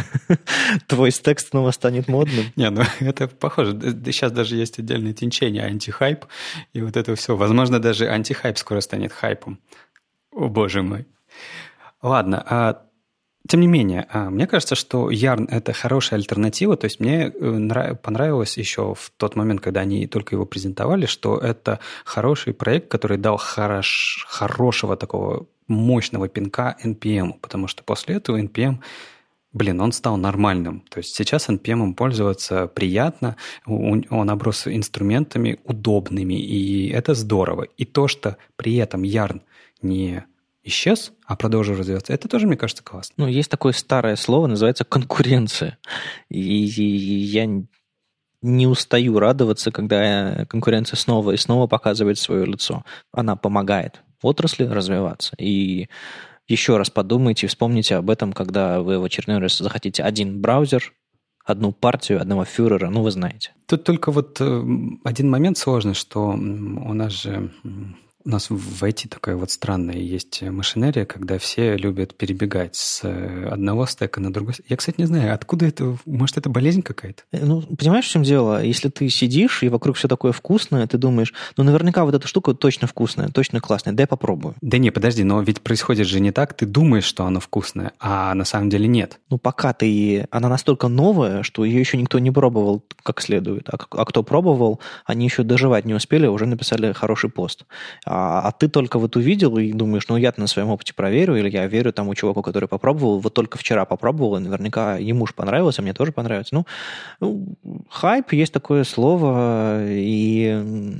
твой стек снова станет модным. Не, ну это похоже. Сейчас даже есть отдельное течение антихайп, и вот это все. Возможно, даже антихайп скоро станет хайпом. О, боже мой. Ладно, а тем не менее, мне кажется, что Yarn – это хорошая альтернатива. То есть мне понравилось еще в тот момент, когда они только его презентовали, что это хороший проект, который дал хорош, хорошего такого мощного пинка эн пи эм, потому что после этого эн пи эм, блин, он стал нормальным. То есть сейчас эн пи эм пользоваться приятно, он оброс инструментами удобными, и это здорово. И то, что при этом Yarn не исчез, а продолжил развиваться, это тоже, мне кажется, классно. Ну, есть такое старое слово, называется конкуренция. И, и, и я не устаю радоваться, когда конкуренция снова и снова показывает свое лицо. Она помогает отрасли развиваться. И еще раз подумайте, вспомните об этом, когда вы в очередной раз захотите один браузер, одну партию, одного фюрера, ну, вы знаете. Тут только вот один момент сложный, что у нас же... У нас в ай ти такая вот странная есть машинерия, когда все любят перебегать с одного стека на другой. Я, кстати, не знаю, откуда это... Может, это болезнь какая-то? Ну, понимаешь, в чем дело? Если ты сидишь, и вокруг все такое вкусное, ты думаешь, ну, наверняка вот эта штука точно вкусная, точно классная, дай попробую. Да не, подожди, но ведь происходит же не так. Ты думаешь, что оно вкусное, а на самом деле нет. Ну, пока ты... Она настолько новая, что ее еще никто не пробовал как следует. А, а кто пробовал, они еще доживать не успели, уже написали хороший пост. А, а ты только вот увидел и думаешь, ну, я-то на своем опыте проверю, или я верю тому чуваку, который попробовал, вот только вчера попробовал, и наверняка ему же понравилось, а мне тоже понравится. Ну, ну, хайп, есть такое слово, и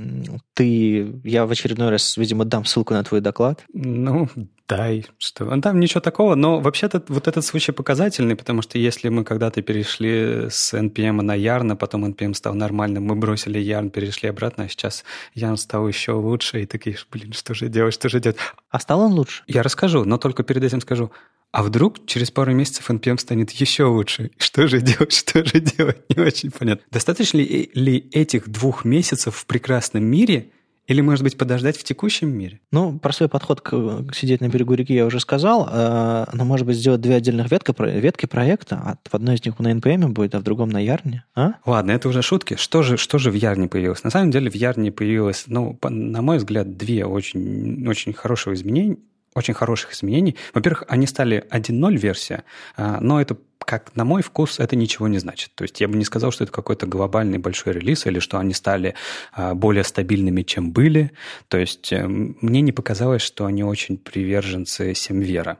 ты... Я в очередной раз, видимо, дам ссылку на твой доклад. Ну, дай, что... Там ничего такого, но вообще-то вот этот случай показательный, потому что если мы когда-то перешли с эн пи эм на Yarn, а потом эн пи эм стал нормальным, мы бросили Yarn, перешли обратно, а сейчас Yarn стал еще лучше, и такие, блин, что же делать, что же делать? А стал он лучше? Я расскажу, но только перед этим скажу. А вдруг через пару месяцев эн пи эм станет еще лучше? Что же делать, что же делать? Не очень понятно. Достаточно ли, ли этих двух месяцев в прекрасном мире, или, может быть, подождать в текущем мире? Ну, про свой подход к, к сидеть на берегу реки я уже сказал, э, но, может быть, сделать две отдельных ветки, ветки проекта, а в одной из них на эн пи эм будет, а в другом на Yarn, а? Ладно, это уже шутки. Что же, что же в Yarn появилось? На самом деле в Yarn появилось, ну, по, на мой взгляд, две очень, очень хороших изменения, очень хороших изменений. Во-первых, они стали один ноль версия, но это, как на мой вкус, это ничего не значит. То есть я бы не сказал, что это какой-то глобальный большой релиз или что они стали более стабильными, чем были. То есть мне не показалось, что они очень приверженцы семвера.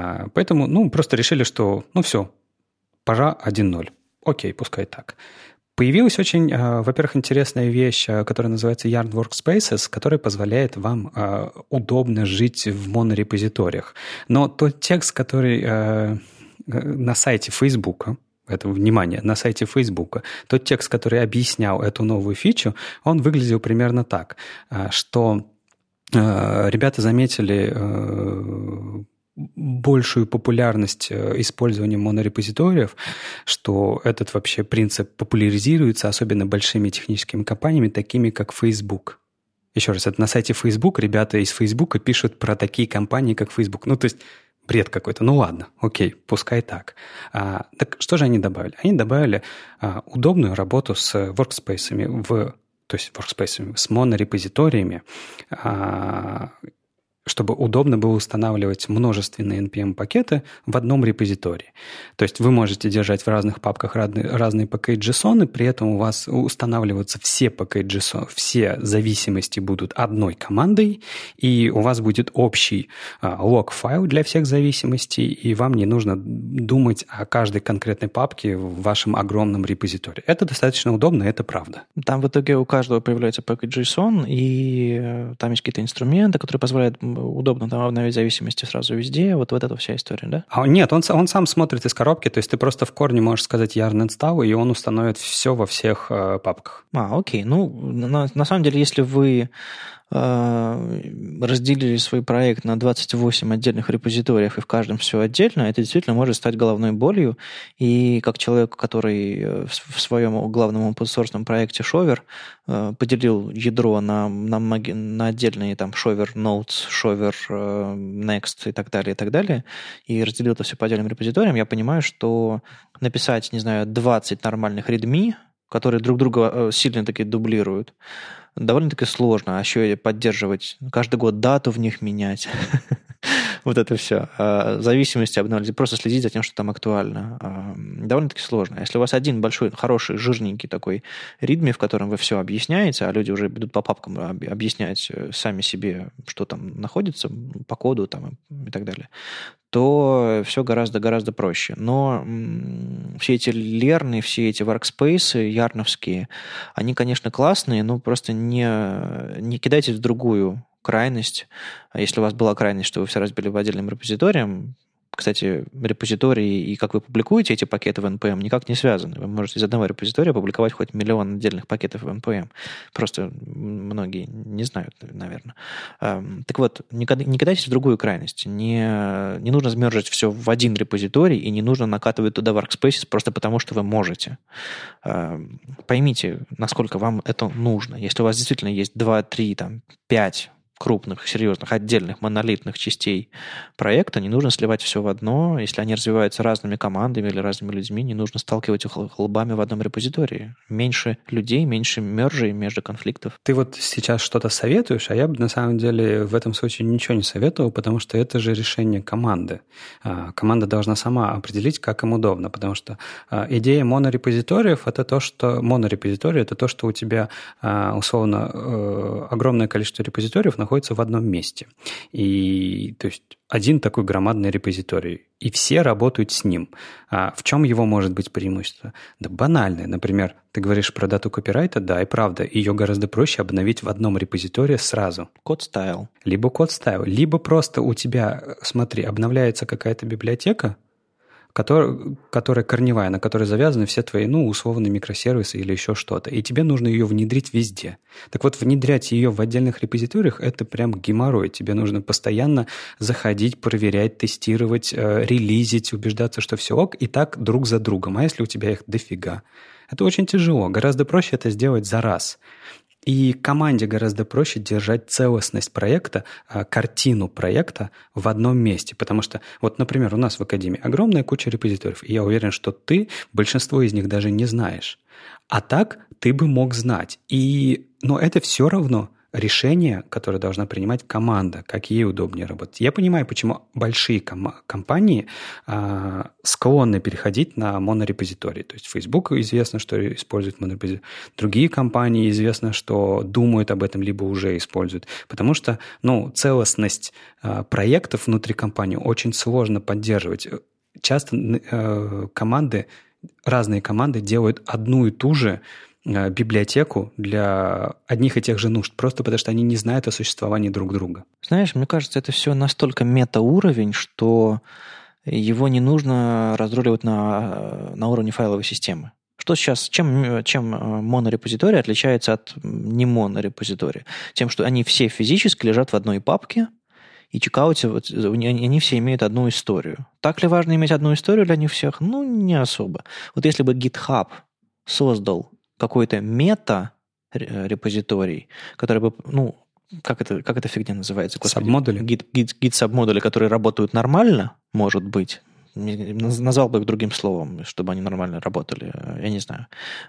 Поэтому, ну, просто решили, что, ну, все, пора один ноль. Окей, пускай так. Появилась очень, во-первых, интересная вещь, которая называется Yarn Workspaces, которая позволяет вам удобно жить в монорепозиториях. Но тот текст, который на сайте Facebook, это внимание, на сайте Facebook, тот текст, который объяснял эту новую фичу, он выглядел примерно так, что ребята заметили большую популярность использования монорепозиториев, что этот вообще принцип популяризируется особенно большими техническими компаниями, такими как Facebook. Еще раз, это на сайте Facebook ребята из Facebook пишут про такие компании, как Facebook. Ну, то есть бред какой-то. Ну, ладно, окей, пускай так. А, так что же они добавили? Они добавили а, удобную работу с workspace'ами, в, то есть workspace'ами, с монорепозиториями, а, чтобы удобно было устанавливать множественные эн пи эм-пакеты в одном репозитории. То есть вы можете держать в разных папках разные, разные package.json, при этом у вас устанавливаться все package.json, все зависимости будут одной командой, и у вас будет общий а, лог-файл для всех зависимостей, и вам не нужно думать о каждой конкретной папке в вашем огромном репозитории. Это достаточно удобно, это правда. Там в итоге у каждого появляется package.json, и там есть какие-то инструменты, которые позволяют удобно там обновить зависимости сразу везде. Вот, вот эта вся история, да? А, нет, он, он сам смотрит из коробки, то есть ты просто в корне можешь сказать yarn install, и он установит все во всех э, папках. А, окей. Ну, на, на самом деле, если вы э, разделили свой проект на двадцать восемь отдельных репозиториев, и в каждом все отдельно, это действительно может стать головной болью. И как человек, который в своем главном open-source проекте Shower э, поделил ядро на, на, на отдельные там Shower Notes, Shower э, Next и так далее, и так далее, и разделил это все по отдельным репозиториям, я понимаю, что написать, не знаю, двадцать нормальных readme, которые друг друга сильно таки дублируют, довольно-таки сложно. А еще и поддерживать, каждый год дату в них менять. Вот это все. Зависимости обновлять, просто следить за тем, что там актуально. Довольно-таки сложно. Если у вас один большой, хороший, жирненький такой readme, в котором вы все объясняете, а люди уже идут по папкам объяснять сами себе, что там находится, по коду там, и так далее, то все гораздо-гораздо проще. Но все эти лерны, все эти workspace ярновские, они, конечно, классные, но просто не, не кидайте в другую крайность. Если у вас была крайность, что вы все разбили в отдельном репозиторием, кстати, репозитории и как вы публикуете эти пакеты в эн пи эм никак не связаны. Вы можете из одного репозитория публиковать хоть миллион отдельных пакетов в эн пи эм. Просто многие не знают, наверное. Так вот, не кидайтесь в другую крайность. Не, не нужно смержить все в один репозиторий, и не нужно накатывать туда workspaces просто потому, что вы можете. Поймите, насколько вам это нужно. Если у вас действительно есть два, три, пять крупных, серьезных, отдельных, монолитных частей проекта, не нужно сливать все в одно. Если они развиваются разными командами или разными людьми, не нужно сталкивать их лбами в одном репозитории. Меньше людей, меньше мержей, между конфликтов. Ты вот сейчас что-то советуешь, а я бы на самом деле в этом случае ничего не советовал, потому что это же решение команды. Команда должна сама определить, как им удобно, потому что идея монорепозиториев – это то, что монорепозиторий – это то, что у тебя условно огромное количество репозиториев находится в одном месте. И то есть один такой громадный репозиторий, и все работают с ним. А в чем его может быть преимущество? Да банальное. Например, ты говоришь про дату копирайта, да, и правда, ее гораздо проще обновить в одном репозитории сразу. Код стайл. Либо код стайл, либо просто у тебя, смотри, обновляется какая-то библиотека, Которая, которая корневая, на которой завязаны все твои, ну, условные микросервисы или еще что-то. И тебе нужно ее внедрить везде. Так вот, внедрять ее в отдельных репозиториях – это прям геморрой. Тебе нужно постоянно заходить, проверять, тестировать, э, релизить, убеждаться, что все ок, и так друг за другом. А если у тебя их дофига? Это очень тяжело. Гораздо проще это сделать за раз. И команде гораздо проще держать целостность проекта, картину проекта в одном месте. Потому что, вот, например, у нас в Академии огромная куча репозиториев, и я уверен, что ты большинство из них даже не знаешь. А так ты бы мог знать. И, но это все равно решение, которое должна принимать команда, как ей удобнее работать. Я понимаю, почему большие ком- компании а, склонны переходить на монорепозиторий. То есть Facebook известно, что использует монорепозиторий. Другие компании известно, что думают об этом, либо уже используют. Потому что ну, целостность а, проектов внутри компании очень сложно поддерживать. Часто э, команды разные команды делают одну и ту же библиотеку для одних и тех же нужд, просто потому что они не знают о существовании друг друга. Знаешь, мне кажется, это все настолько метауровень, что его не нужно разруливать на, на уровне файловой системы. Что сейчас, чем, чем монорепозиторий отличается от не монорепозитория? Тем, что они все физически лежат в одной папке, и чекаутся, вот, они все имеют одну историю. Так ли важно иметь одну историю для них всех? Ну, не особо. Вот если бы GitHub создал какой-то мета-репозиторий, который бы, ну, как это, как эта фигня называется? Сабмодули? Git, Git, Git сабмодули, которые работают нормально, может быть. Назвал бы их другим словом, чтобы они нормально работали. Я не знаю.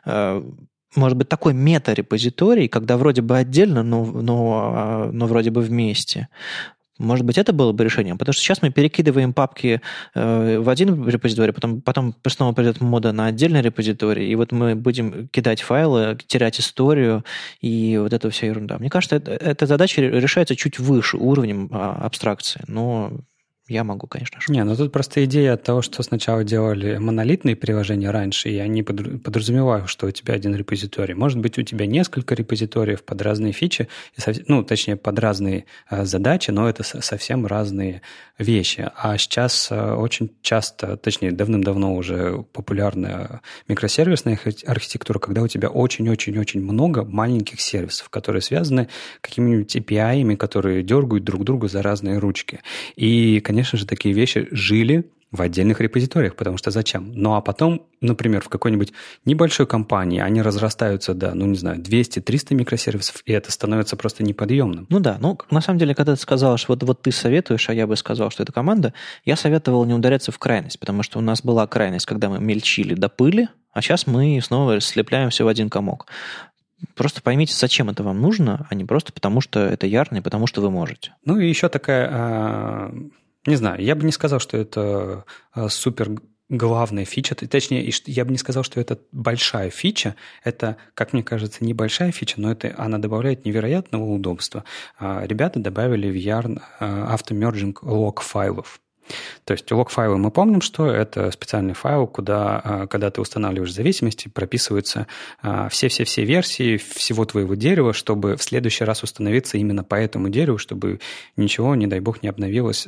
Может быть, такой мета-репозиторий, когда вроде бы отдельно, но, но, но вроде бы вместе. Может быть, это было бы решением, потому что сейчас мы перекидываем папки э, в один репозиторий, потом, потом снова придет мода на отдельный репозиторий, и вот мы будем кидать файлы, терять историю, и вот это вся ерунда. Мне кажется, это, эта задача решается чуть выше уровнем а, абстракции, но я могу, конечно, ошибаться. Не, ну тут просто идея от того, что сначала делали монолитные приложения раньше, и они подразумевают, что у тебя один репозиторий. Может быть, у тебя несколько репозиториев под разные фичи, ну, точнее, под разные задачи, но это совсем разные вещи. А сейчас очень часто, точнее, давным-давно уже популярная микросервисная архитектура, когда у тебя очень-очень-очень много маленьких сервисов, которые связаны какими-нибудь эй пи ай-ами, которые дергают друг друга за разные ручки. И, конечно, Конечно же, такие вещи жили в отдельных репозиториях, потому что зачем? Ну, а потом, например, в какой-нибудь небольшой компании они разрастаются до, ну, не знаю, двести-триста микросервисов, и это становится просто неподъемным. Ну да, ну, на самом деле, когда ты сказал, что вот, вот ты советуешь, а я бы сказал, что это команда, я советовал не ударяться в крайность, потому что у нас была крайность, когда мы мельчили до пыли, а сейчас мы снова слепляем все в один комок. Просто поймите, зачем это вам нужно, а не просто потому, что это ярко и потому, что вы можете. Ну, и еще такая... Не знаю, я бы не сказал, что это супер главная фича, точнее, я бы не сказал, что это большая фича, это, как мне кажется, небольшая фича, но это, она добавляет невероятного удобства. Ребята добавили в Yarn автомерджинг лог-файлов. То есть лог-файлы мы помним, что это специальный файл, куда, когда ты устанавливаешь зависимости, прописываются все-все-все версии всего твоего дерева, чтобы в следующий раз установиться именно по этому дереву, чтобы ничего, не дай бог, не обновилось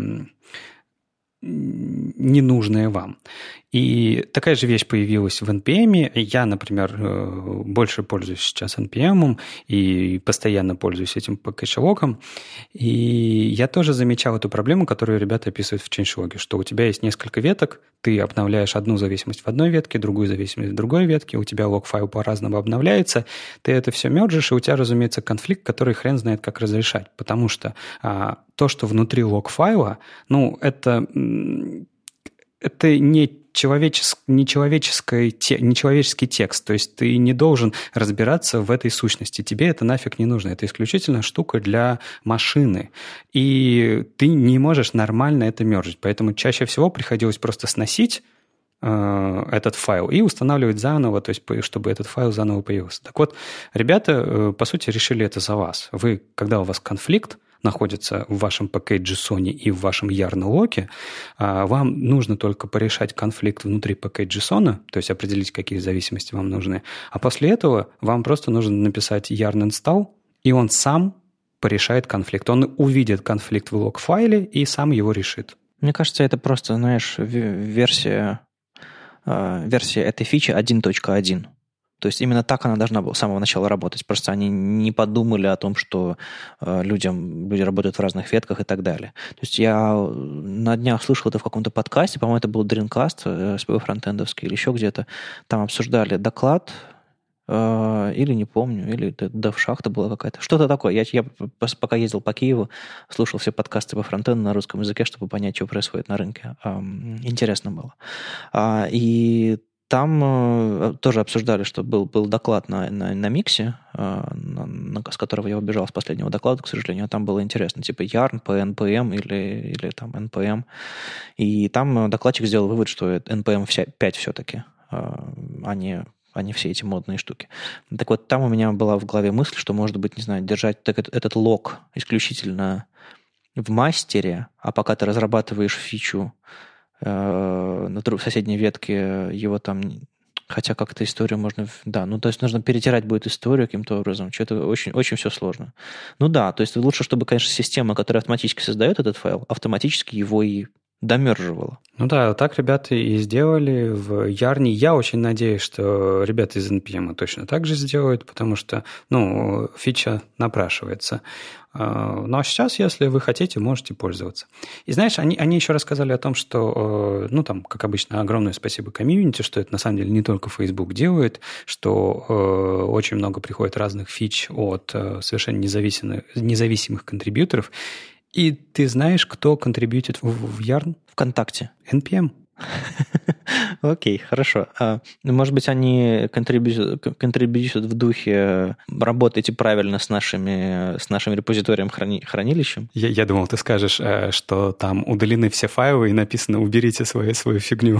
ненужное вам. И такая же вещь появилась в эн пи эм. Я, например, больше пользуюсь сейчас эн пи эм и постоянно пользуюсь этим package-логом. И я тоже замечал эту проблему, которую ребята описывают в changelog, что у тебя есть несколько веток, ты обновляешь одну зависимость в одной ветке, другую зависимость в другой ветке, у тебя лог-файл по-разному обновляется, ты это все мерджишь, и у тебя, разумеется, конфликт, который хрен знает, как разрешать. Потому что а, то, что внутри лог-файла, ну, это, это не Человеческ, нечеловеческий, те, нечеловеческий текст, то есть ты не должен разбираться в этой сущности, тебе это нафиг не нужно, это исключительно штука для машины, и ты не можешь нормально это мержить, поэтому чаще всего приходилось просто сносить э, этот файл и устанавливать заново, то есть чтобы этот файл заново появился. Так вот, ребята, э, по сути, решили это за вас. Вы, когда у вас конфликт находится в вашем package.json и в вашем yarn-локе, вам нужно только порешать конфликт внутри package.json, то есть определить, какие зависимости вам нужны, а после этого вам просто нужно написать yarn install, и он сам порешает конфликт. Он увидит конфликт в лог-файле и сам его решит. Мне кажется, это просто, знаешь, версия, версия этой фичи один точка один. То есть именно так она должна была с самого начала работать. Просто они не подумали о том, что э, людям, люди работают в разных ветках и так далее. То есть я на днях слышал это в каком-то подкасте, по-моему, это был Dreamcast, э, фронтендовский или еще где-то. Там обсуждали доклад, э, или не помню, или DevShachta была какая-то. Что-то такое. Я, я пока ездил по Киеву, слушал все подкасты по фронтенду на русском языке, чтобы понять, что происходит на рынке. Э, интересно было. А, и Там э, тоже обсуждали, что был, был доклад на, на, на миксе, э, на, на, с которого я убежал с последнего доклада, к сожалению. Там было интересно, типа Yarn, пи эн пи эм или, или там эн пи эм. И там докладчик сделал вывод, что эн пи эм пять все-таки, э, а, не, а не все эти модные штуки. Так вот, там у меня была в голове мысль, что, может быть, не знаю, держать этот, этот лог исключительно в мастере, а пока ты разрабатываешь фичу, э, на друг, соседней ветке его там... Хотя как-то историю можно... Да, ну то есть нужно перетирать будет историю каким-то образом. Что-то очень, очень все сложно. Ну да, то есть лучше, чтобы, конечно, система, которая автоматически создает этот файл, автоматически его и домерживала. Ну да, так ребята и сделали в Yarn. Я очень надеюсь, что ребята из эн пи эм точно так же сделают, потому что, ну, фича напрашивается. Ну, а сейчас, если вы хотите, можете пользоваться. И знаешь, они, они еще рассказали о том, что, ну, там, как обычно, огромное спасибо комьюнити, что это на самом деле не только Facebook делает, что э, очень много приходит разных фич от э, совершенно независимых, независимых контрибьюторов. И ты знаешь, кто контрибьютит в, в Yarn? ВКонтакте. эн пи эм. Окей, хорошо. А, может быть, они контрибьютят в духе «работайте правильно с, нашими, с нашим репозиторием храни, хранилищем». Я, я думал, ты скажешь, что там удалены все файлы и написано «уберите свою, свою фигню».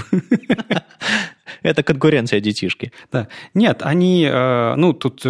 Это конкуренция детишки. Да. Нет, они, ну, тут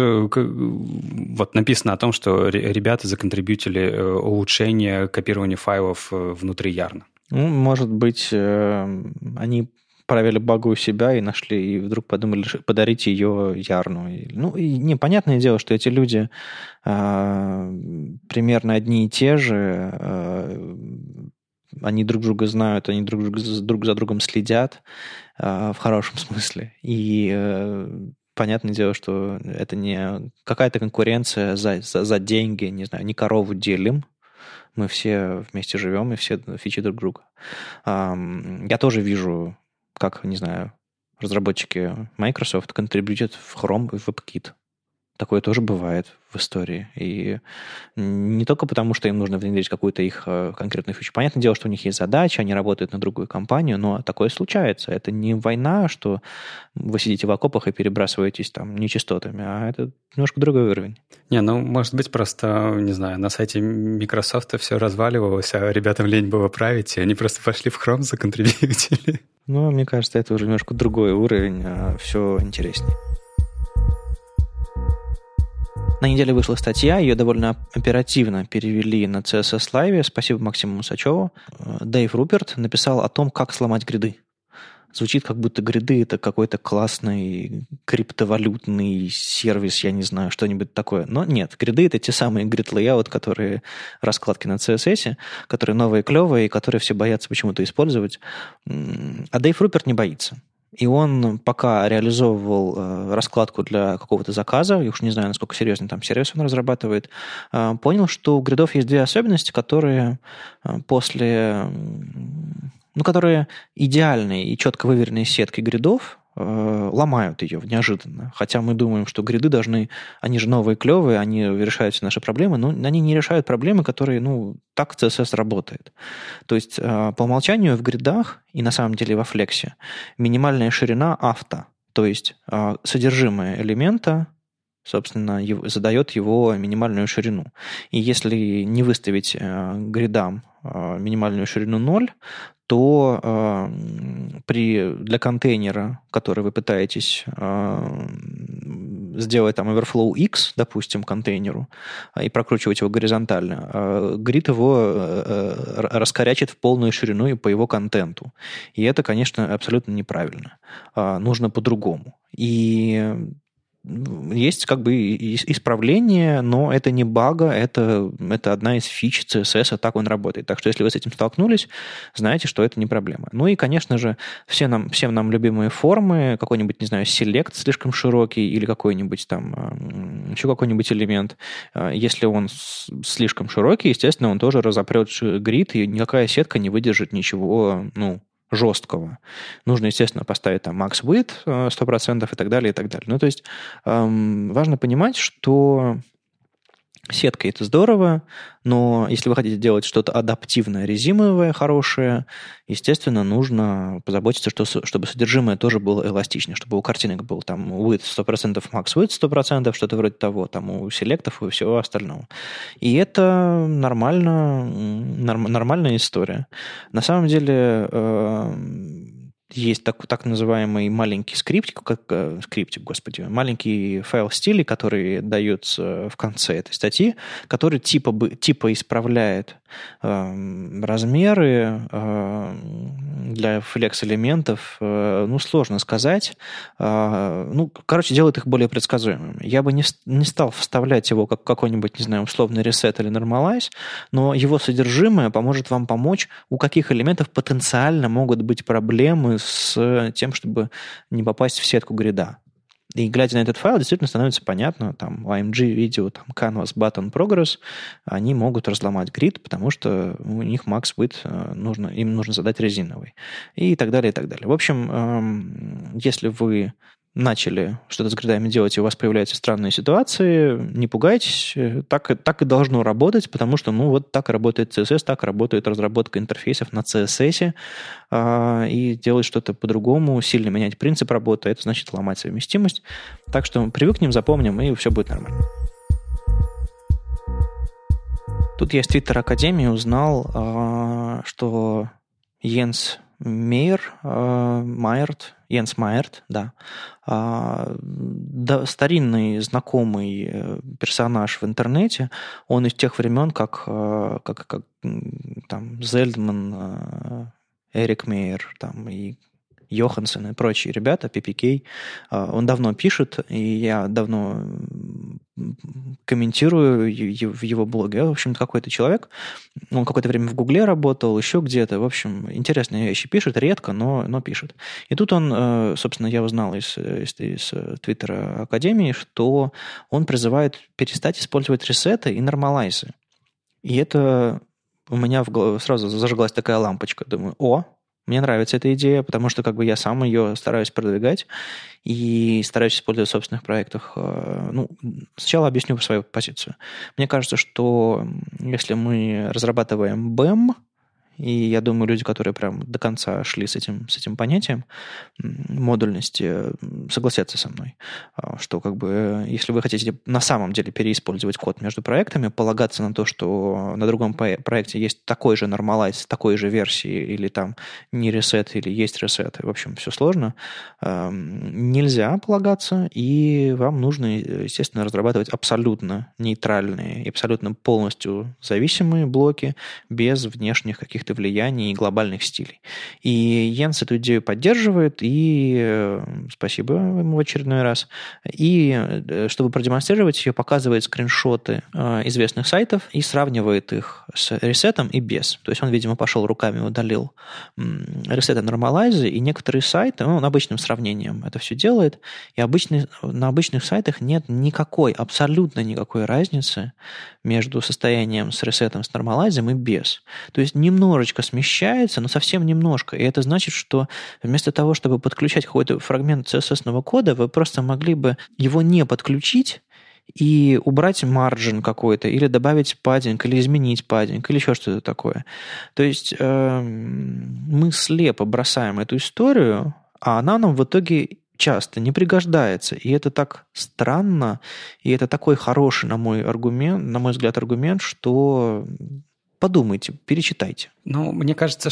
вот написано о том, что ребята законтрибьютили улучшение копирования файлов внутри Yarn. Ну, может быть, они проверили багу у себя и нашли, и вдруг подумали подарить ее Ярну. Ну, и не, понятное дело, что эти люди а, примерно одни и те же, а, они друг друга знают, они друг, друг за другом следят а, в хорошем смысле. И а, понятное дело, что это не какая-то конкуренция за, за, за деньги, не знаю, не корову делим. Мы все вместе живем, и все фичи друг друга. А, я тоже вижу, как, не знаю, разработчики Microsoft контрибьютят в Chrome и в WebKit. Такое тоже бывает в истории. И не только потому, что им нужно внедрить какую-то их конкретную фичу. Понятное дело, что у них есть задача, они работают на другую компанию, но такое случается. Это не война, что вы сидите в окопах и перебрасываетесь там нечистотами, а это немножко другой уровень. Не, ну, может быть, просто, не знаю, на сайте Microsoft все разваливалось, а ребятам лень было править, и они просто пошли в Chrome, законтрибьютили. Ну, мне кажется, это уже немножко другой уровень, а все интереснее. На неделе вышла статья, ее довольно оперативно перевели на си эс эс Live. Спасибо Максиму Мусачеву. Дэйв Руперт написал о том, как сломать гриды. Звучит, как будто гриды – это какой-то классный криптовалютный сервис, я не знаю, что-нибудь такое. Но нет, гриды – это те самые грид-лейаут, которые раскладки на си эс эс, которые новые, клевые, и которые все боятся почему-то использовать. А Дэйв Руперт не боится. И он пока реализовывал э, раскладку для какого-то заказа, я уж не знаю, насколько серьезно там сервис он разрабатывает, э, понял, что у гридов есть две особенности, которые э, после... ну, которые идеальные и четко выверенные сетки гридов э, ломают ее неожиданно. Хотя мы думаем, что гриды должны... Они же новые, клевые, они решают все наши проблемы, но они не решают проблемы, которые, ну, так си эс эс работает. То есть э, по умолчанию в гридах и на самом деле во флексе минимальная ширина авто, то есть э, содержимое элемента, собственно, его, задает его минимальную ширину. И если не выставить э, гридам э, минимальную ширину ноль, то э, при, для контейнера, который вы пытаетесь э, сделать там overflow X, допустим, контейнеру, и прокручивать его горизонтально, э, грид его э, раскорячит в полную ширину и по его контенту. И это, конечно, абсолютно неправильно. Э, нужно по-другому. И есть как бы исправление, но это не бага, это, это одна из фич си эс эс, а так он работает. Так что если вы с этим столкнулись, знаете, что это не проблема. Ну и, конечно же, все нам, всем нам любимые формы, какой-нибудь, не знаю, селект слишком широкий или какой-нибудь там, еще какой-нибудь элемент. Если он слишком широкий, естественно, он тоже разопрет грид, и никакая сетка не выдержит ничего, ну, жесткого. Нужно, естественно, поставить там max width сто процентов и так далее, и так далее. Ну, то есть эм, важно понимать, что сетка – это здорово, но если вы хотите делать что-то адаптивное, резиновое, хорошее, естественно, нужно позаботиться, что, чтобы содержимое тоже было эластичнее, чтобы у картинок был там width сто процентов, max width сто процентов, что-то вроде того, там у селектов и всего остального. И это нормально, норм, нормальная история. На самом деле, э, есть так, так называемый маленький скриптик, как, э, скриптик, господи, маленький файл стилей, который дается в конце этой статьи, который типа, бы, типа исправляет э, размеры э, для флекс-элементов. Э, ну, сложно сказать. Э, ну, короче, делает их более предсказуемыми. Я бы не, не стал вставлять его как какой-нибудь, не знаю, условный reset или normalize, но его содержимое поможет вам помочь, у каких элементов потенциально могут быть проблемы с тем, чтобы не попасть в сетку грида. И глядя на этот файл, действительно становится понятно, там, эй эм джи, видео, там, canvas, button, progress, они могут разломать грид, потому что у них max width, нужно, им нужно задать резиновый. И так далее, и так далее. В общем, если вы начали что-то с гридами делать, и у вас появляются странные ситуации, не пугайтесь, так, так и должно работать, потому что, ну, вот так работает си эс эс, так работает разработка интерфейсов на си эс эс, э, и делать что-то по-другому, сильно менять принцип работы, это значит ломать совместимость. Так что привыкнем, запомним, и все будет нормально. Тут я из Твиттера Академии узнал, э, что Йенс Мейер, э, Майерт, Йенс Майерт, да, э, да, старинный знакомый персонаж в интернете, он из тех времен, как, э, как, как там, Зельдман, э, Эрик Мейер, там, и Йоханссон и прочие ребята, пи пи кей, э, он давно пишет, и я давно комментирую в его блоге. В общем, какой-то человек, он какое-то время в Гугле работал, еще где-то. В общем, интересные вещи пишет, редко, но, но пишет. И тут он, собственно, я узнал из, из, из Твиттера Академии, что он призывает перестать использовать ресеты и нормалайзы. И это у меня в голове сразу зажглась такая лампочка. Думаю, о, мне нравится эта идея, потому что как бы я сам ее стараюсь продвигать и стараюсь использовать в собственных проектах. Ну, сначала объясню свою позицию. Мне кажется, что если мы разрабатываем би и эм, и я думаю, люди, которые прям до конца шли с этим, с этим понятием модульности, согласятся со мной, что как бы если вы хотите на самом деле переиспользовать код между проектами, полагаться на то, что на другом проекте есть такой же нормалайз, такой же версии, или там не ресет, или есть ресет, в общем, все сложно, нельзя полагаться, и вам нужно, естественно, разрабатывать абсолютно нейтральные и абсолютно полностью зависимые блоки без внешних каких-то влияний и глобальных стилей. И Йенс эту идею поддерживает, и спасибо ему в очередной раз. И чтобы продемонстрировать ее, показывает скриншоты известных сайтов и сравнивает их с ресетом и без. То есть он, видимо, пошел руками, удалил ресет и нормалайзы, и некоторые сайты, ну, обычным сравнением это все делает, и обычный, на обычных сайтах нет никакой, абсолютно никакой разницы между состоянием с ресетом, с нормалайзом и без. То есть немножечко смещается, но совсем немножко. И это значит, что вместо того, чтобы подключать какой-то фрагмент си эс эс-ного кода, вы просто могли бы его не подключить и убрать марджин какой-то, или добавить паддинг, или изменить паддинг, или еще что-то такое. То есть э, мы слепо бросаем эту историю, а она нам в итоге часто не пригождается. И это так странно, и это такой хороший, на мой аргумент, на мой взгляд, аргумент, что подумайте, перечитайте. Ну, мне кажется,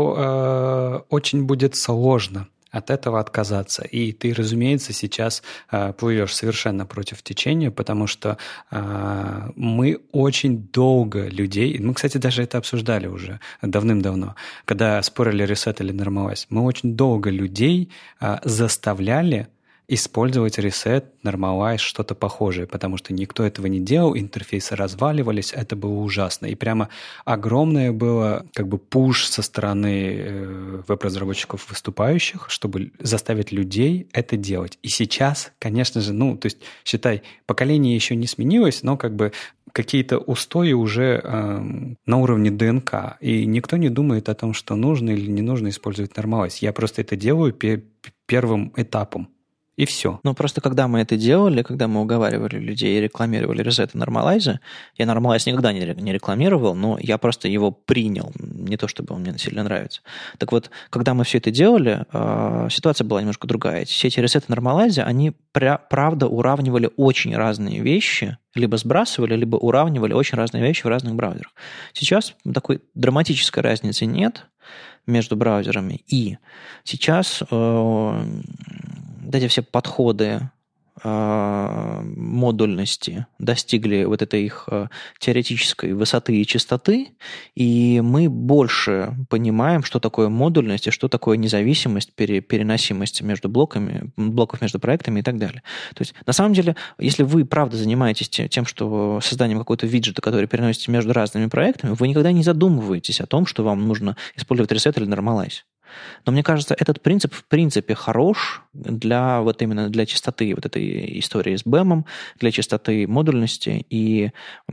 что э, очень будет сложно от этого отказаться. И ты, разумеется, сейчас э, плывешь совершенно против течения, потому что э, мы очень долго людей, мы, кстати, даже это обсуждали уже давным-давно, когда спорили ресет или нормалайз, мы очень долго людей э, заставляли использовать ресет, нормалайз, что-то похожее, потому что никто этого не делал, интерфейсы разваливались, это было ужасно. И прямо огромное было как бы пуш со стороны веб-разработчиков выступающих, чтобы заставить людей это делать. И сейчас, конечно же, ну, то есть, считай, поколение еще не сменилось, но как бы какие-то устои уже э, на уровне ДНК, и никто не думает о том, что нужно или не нужно использовать нормалайз. Я просто это делаю пе- первым этапом. И все. Ну, просто когда мы это делали, когда мы уговаривали людей и рекламировали ресет и нормалайзы, я нормалайз никогда не рекламировал, но я просто его принял, не то чтобы он мне сильно нравится. Так вот, когда мы все это делали, ситуация была немножко другая. Все эти ресеты и нормалайзы, они правда уравнивали очень разные вещи, либо сбрасывали, либо уравнивали очень разные вещи в разных браузерах. Сейчас такой драматической разницы нет, между браузерами. И сейчас э, вот эти все подходы модульности достигли вот этой их теоретической высоты и чистоты, и мы больше понимаем, что такое модульность и что такое независимость, переносимость между блоками, блоков между проектами и так далее. То есть, на самом деле, если вы, правда, занимаетесь тем, что созданием какого-то виджета, который переносите между разными проектами, вы никогда не задумываетесь о том, что вам нужно использовать reset или normalize. Но мне кажется, этот принцип в принципе хорош для вот именно для чистоты вот этой истории с бэмом, для чистоты модульности и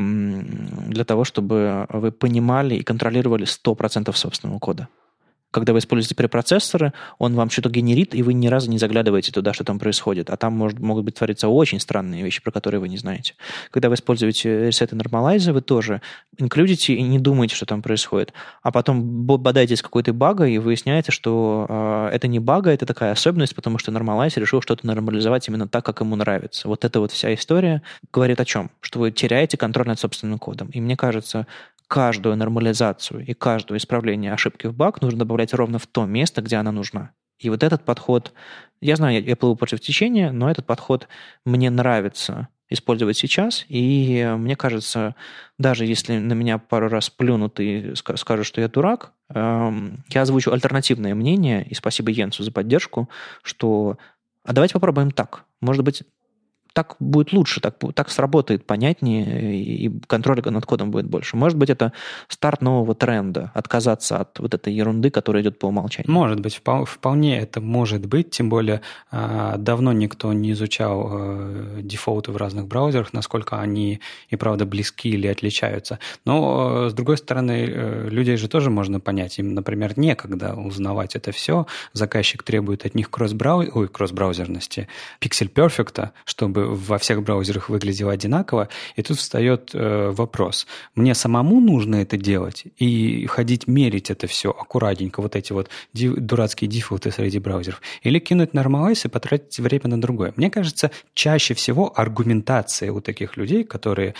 для того, чтобы вы понимали и контролировали сто процентов собственного кода. Когда вы используете препроцессоры, он вам что-то генерит, и вы ни разу не заглядываете туда, что там происходит. А там может, могут быть твориться очень странные вещи, про которые вы не знаете. Когда вы используете reset и normalize, вы тоже инклюдите и не думаете, что там происходит. А потом бодаетесь какой-то багой, и выясняется, что э, это не бага, это такая особенность, потому что normalize решил что-то нормализовать именно так, как ему нравится. Вот эта вот вся история говорит о чем? Что вы теряете контроль над собственным кодом. И мне кажется, каждую нормализацию и каждое исправление ошибки в баг нужно добавлять ровно в то место, где она нужна. И вот этот подход, я знаю, я, я плыву против течения, но этот подход мне нравится использовать сейчас, и мне кажется, даже если на меня пару раз плюнут и скажут, что я дурак, эм, я озвучу альтернативное мнение, и спасибо Йенсу за поддержку, что а давайте попробуем так. Может быть, так будет лучше, так, так сработает понятнее, и контроля над кодом будет больше. Может быть, это старт нового тренда, отказаться от вот этой ерунды, которая идет по умолчанию. Может быть, вполне это может быть, тем более давно никто не изучал дефолты в разных браузерах, насколько они и правда близки или отличаются. Но, с другой стороны, людей же тоже можно понять. Им, например, некогда узнавать это все. Заказчик требует от них кросс-брау... Ой, кросс-браузерности, пиксель-перфекта, чтобы во всех браузерах выглядело одинаково, и тут встает э, вопрос. Мне самому нужно это делать и ходить мерить это все аккуратненько, вот эти вот див, дурацкие дефолты среди браузеров, или кинуть normalize и потратить время на другое? Мне кажется, чаще всего аргументация у таких людей, которые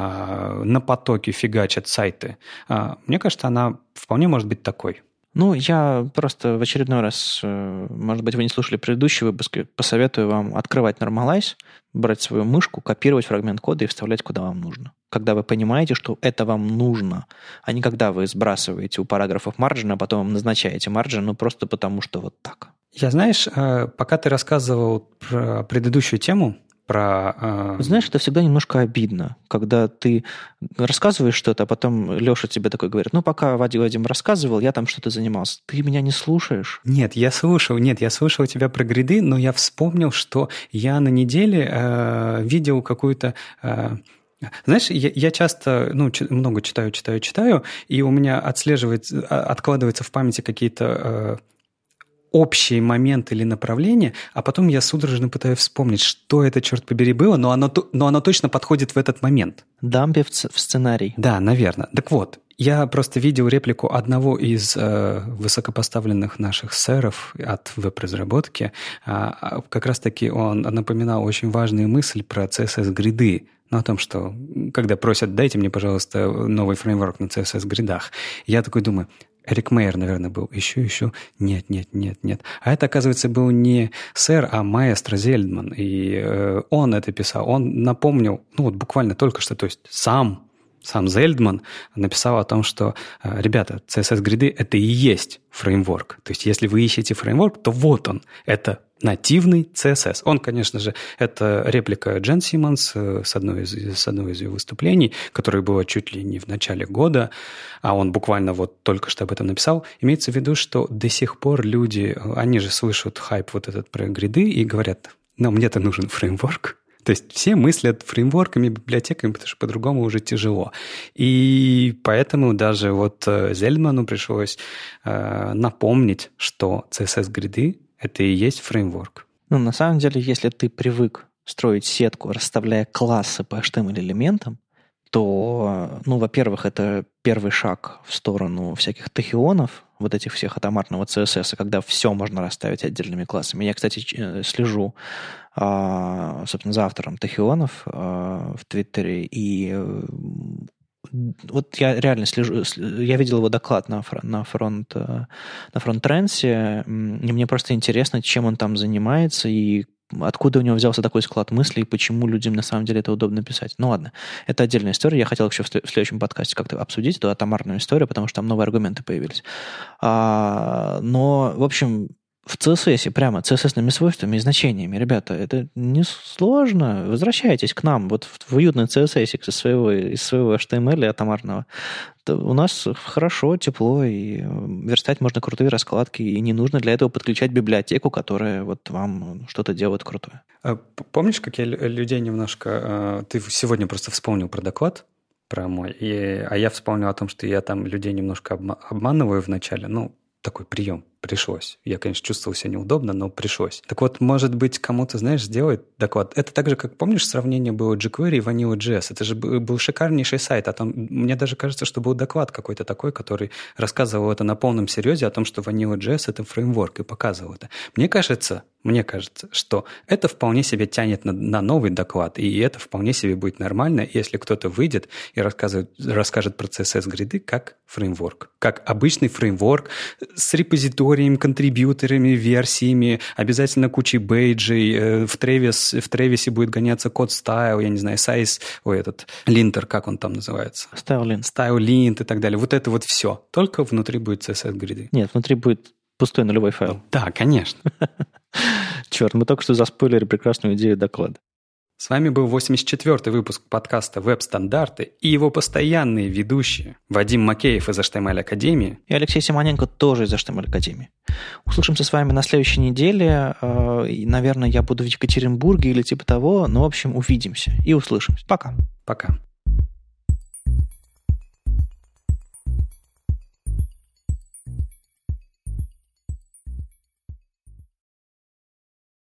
э, на потоке фигачат сайты, э, мне кажется, она вполне может быть такой. Ну, я просто в очередной раз, может быть, вы не слушали предыдущий выпуск, посоветую вам открывать Normalize, брать свою мышку, копировать фрагмент кода и вставлять, куда вам нужно. Когда вы понимаете, что это вам нужно, а не когда вы сбрасываете у параграфов марджин, а потом назначаете марджин, ну, просто потому что вот так. Я, знаешь, пока ты рассказывал про предыдущую тему, про... Э... Знаешь, это всегда немножко обидно, когда ты рассказываешь что-то, а потом Леша тебе такой говорит, ну, пока Вадим, Вадим рассказывал, я там что-то занимался. Ты меня не слушаешь? Нет, я слушал, нет, я слушал тебя про гриды, но я вспомнил, что я на неделе э, видел какую-то... Э, Знаешь, я, я часто, ну, ч- много читаю, читаю, читаю, и у меня отслеживается, откладываются в памяти какие-то... Э, общие моменты или направления, а потом я судорожно пытаюсь вспомнить, что это, черт побери, было, но оно, но оно точно подходит в этот момент. Дампи в, в сценарий. Да, наверное. Так вот, я просто видел реплику одного из э, высокопоставленных наших сэров от веб-разработки. Э, как раз-таки он напоминал очень важную мысль про си эс эс-гриды. Ну, о том, что когда просят, дайте мне, пожалуйста, новый фреймворк на си эс эс-гридах. Я такой думаю... Эрик Мейер, наверное, был. Еще, еще. Нет, нет, нет, нет. А это, оказывается, был не сэр, а маэстро Зельдман. И э, он это писал. Он напомнил, ну вот буквально только что, то есть сам, сам Зельдман написал о том, что, э, ребята, си эс эс-гриды – это и есть фреймворк. То есть если вы ищете фреймворк, то вот он. Это нативный си эс эс. Он, конечно же, это реплика Джен Симмонс с одной из, с одного из ее выступлений, которое было чуть ли не в начале года, а он буквально вот только что об этом написал. Имеется в виду, что до сих пор люди, они же слышат хайп вот этот про гриды и говорят, ну, мне-то нужен фреймворк. То есть все мыслят фреймворками, библиотеками, потому что по-другому уже тяжело. И поэтому даже вот Зельдману пришлось э, напомнить, что си эс эс-гриды это и есть фреймворк. Ну, на самом деле, если ты привык строить сетку, расставляя классы по эйч ти эм эль-элементам, то, ну, во-первых, это первый шаг в сторону всяких тахионов, вот этих всех атомарного си эс эс, когда все можно расставить отдельными классами. Я, кстати, слежу, собственно, за автором тахионов в Твиттере, и вот я реально слежу, я видел его доклад на, на, фронт, на фронт-тренсе, и мне просто интересно, чем он там занимается, и откуда у него взялся такой склад мыслей, и почему людям на самом деле это удобно писать. Ну ладно, это отдельная история. Я хотел еще в следующем подкасте как-то обсудить эту атомарную историю, потому что там новые аргументы появились. А, но, в общем, в си эс эс, прямо си эс эс-ными свойствами и значениями, ребята, это не сложно. Возвращайтесь к нам вот в уютный си эс эс из своего, из своего эйч ти эм эль атомарного. У нас хорошо, тепло, и верстать можно крутые раскладки, и не нужно для этого подключать библиотеку, которая вот вам что-то делает крутое. Помнишь, как я людей немножко... Ты сегодня просто вспомнил про доклад, про мой, и, а я вспомнил о том, что я там людей немножко обманываю вначале, ну, такой прием. Пришлось. Я, конечно, чувствовал себя неудобно, но пришлось. Так вот, может быть, кому-то, знаешь, сделать доклад. Это так же, как, помнишь, сравнение было jQuery и Vanilla.js. Это же был шикарнейший сайт. А там, мне даже кажется, что был доклад какой-то такой, который рассказывал это на полном серьезе о том, что Vanilla.js — это фреймворк, и показывал это. Мне кажется, мне кажется, что это вполне себе тянет на, на новый доклад, и это вполне себе будет нормально, если кто-то выйдет и расскажет, расскажет про си эс эс-гриды как фреймворк. Как обычный фреймворк с репозиторием, контрибьюторами, версиями, обязательно кучей бейджей. В Travis, в Travis будет гоняться код style, я не знаю, size, ой, этот linter, как он там называется? StyleLint. StyleLint и так далее. Вот это вот все. Только внутри будет си эс эс-гриды. Нет, внутри будет пустой нулевой файл. Да, конечно. Черт, мы только что заспойлили прекрасную идею доклада. С вами был восемьдесят четвёртый выпуск подкаста «Веб-стандарты» и его постоянные ведущие Вадим Макеев из эйч ти эм эль Академии и Алексей Симоненко тоже из эйч ти эм эль Академии. Услышимся с вами на следующей неделе. Наверное, я буду в Екатеринбурге или типа того, но, в общем, увидимся и услышимся. Пока. Пока.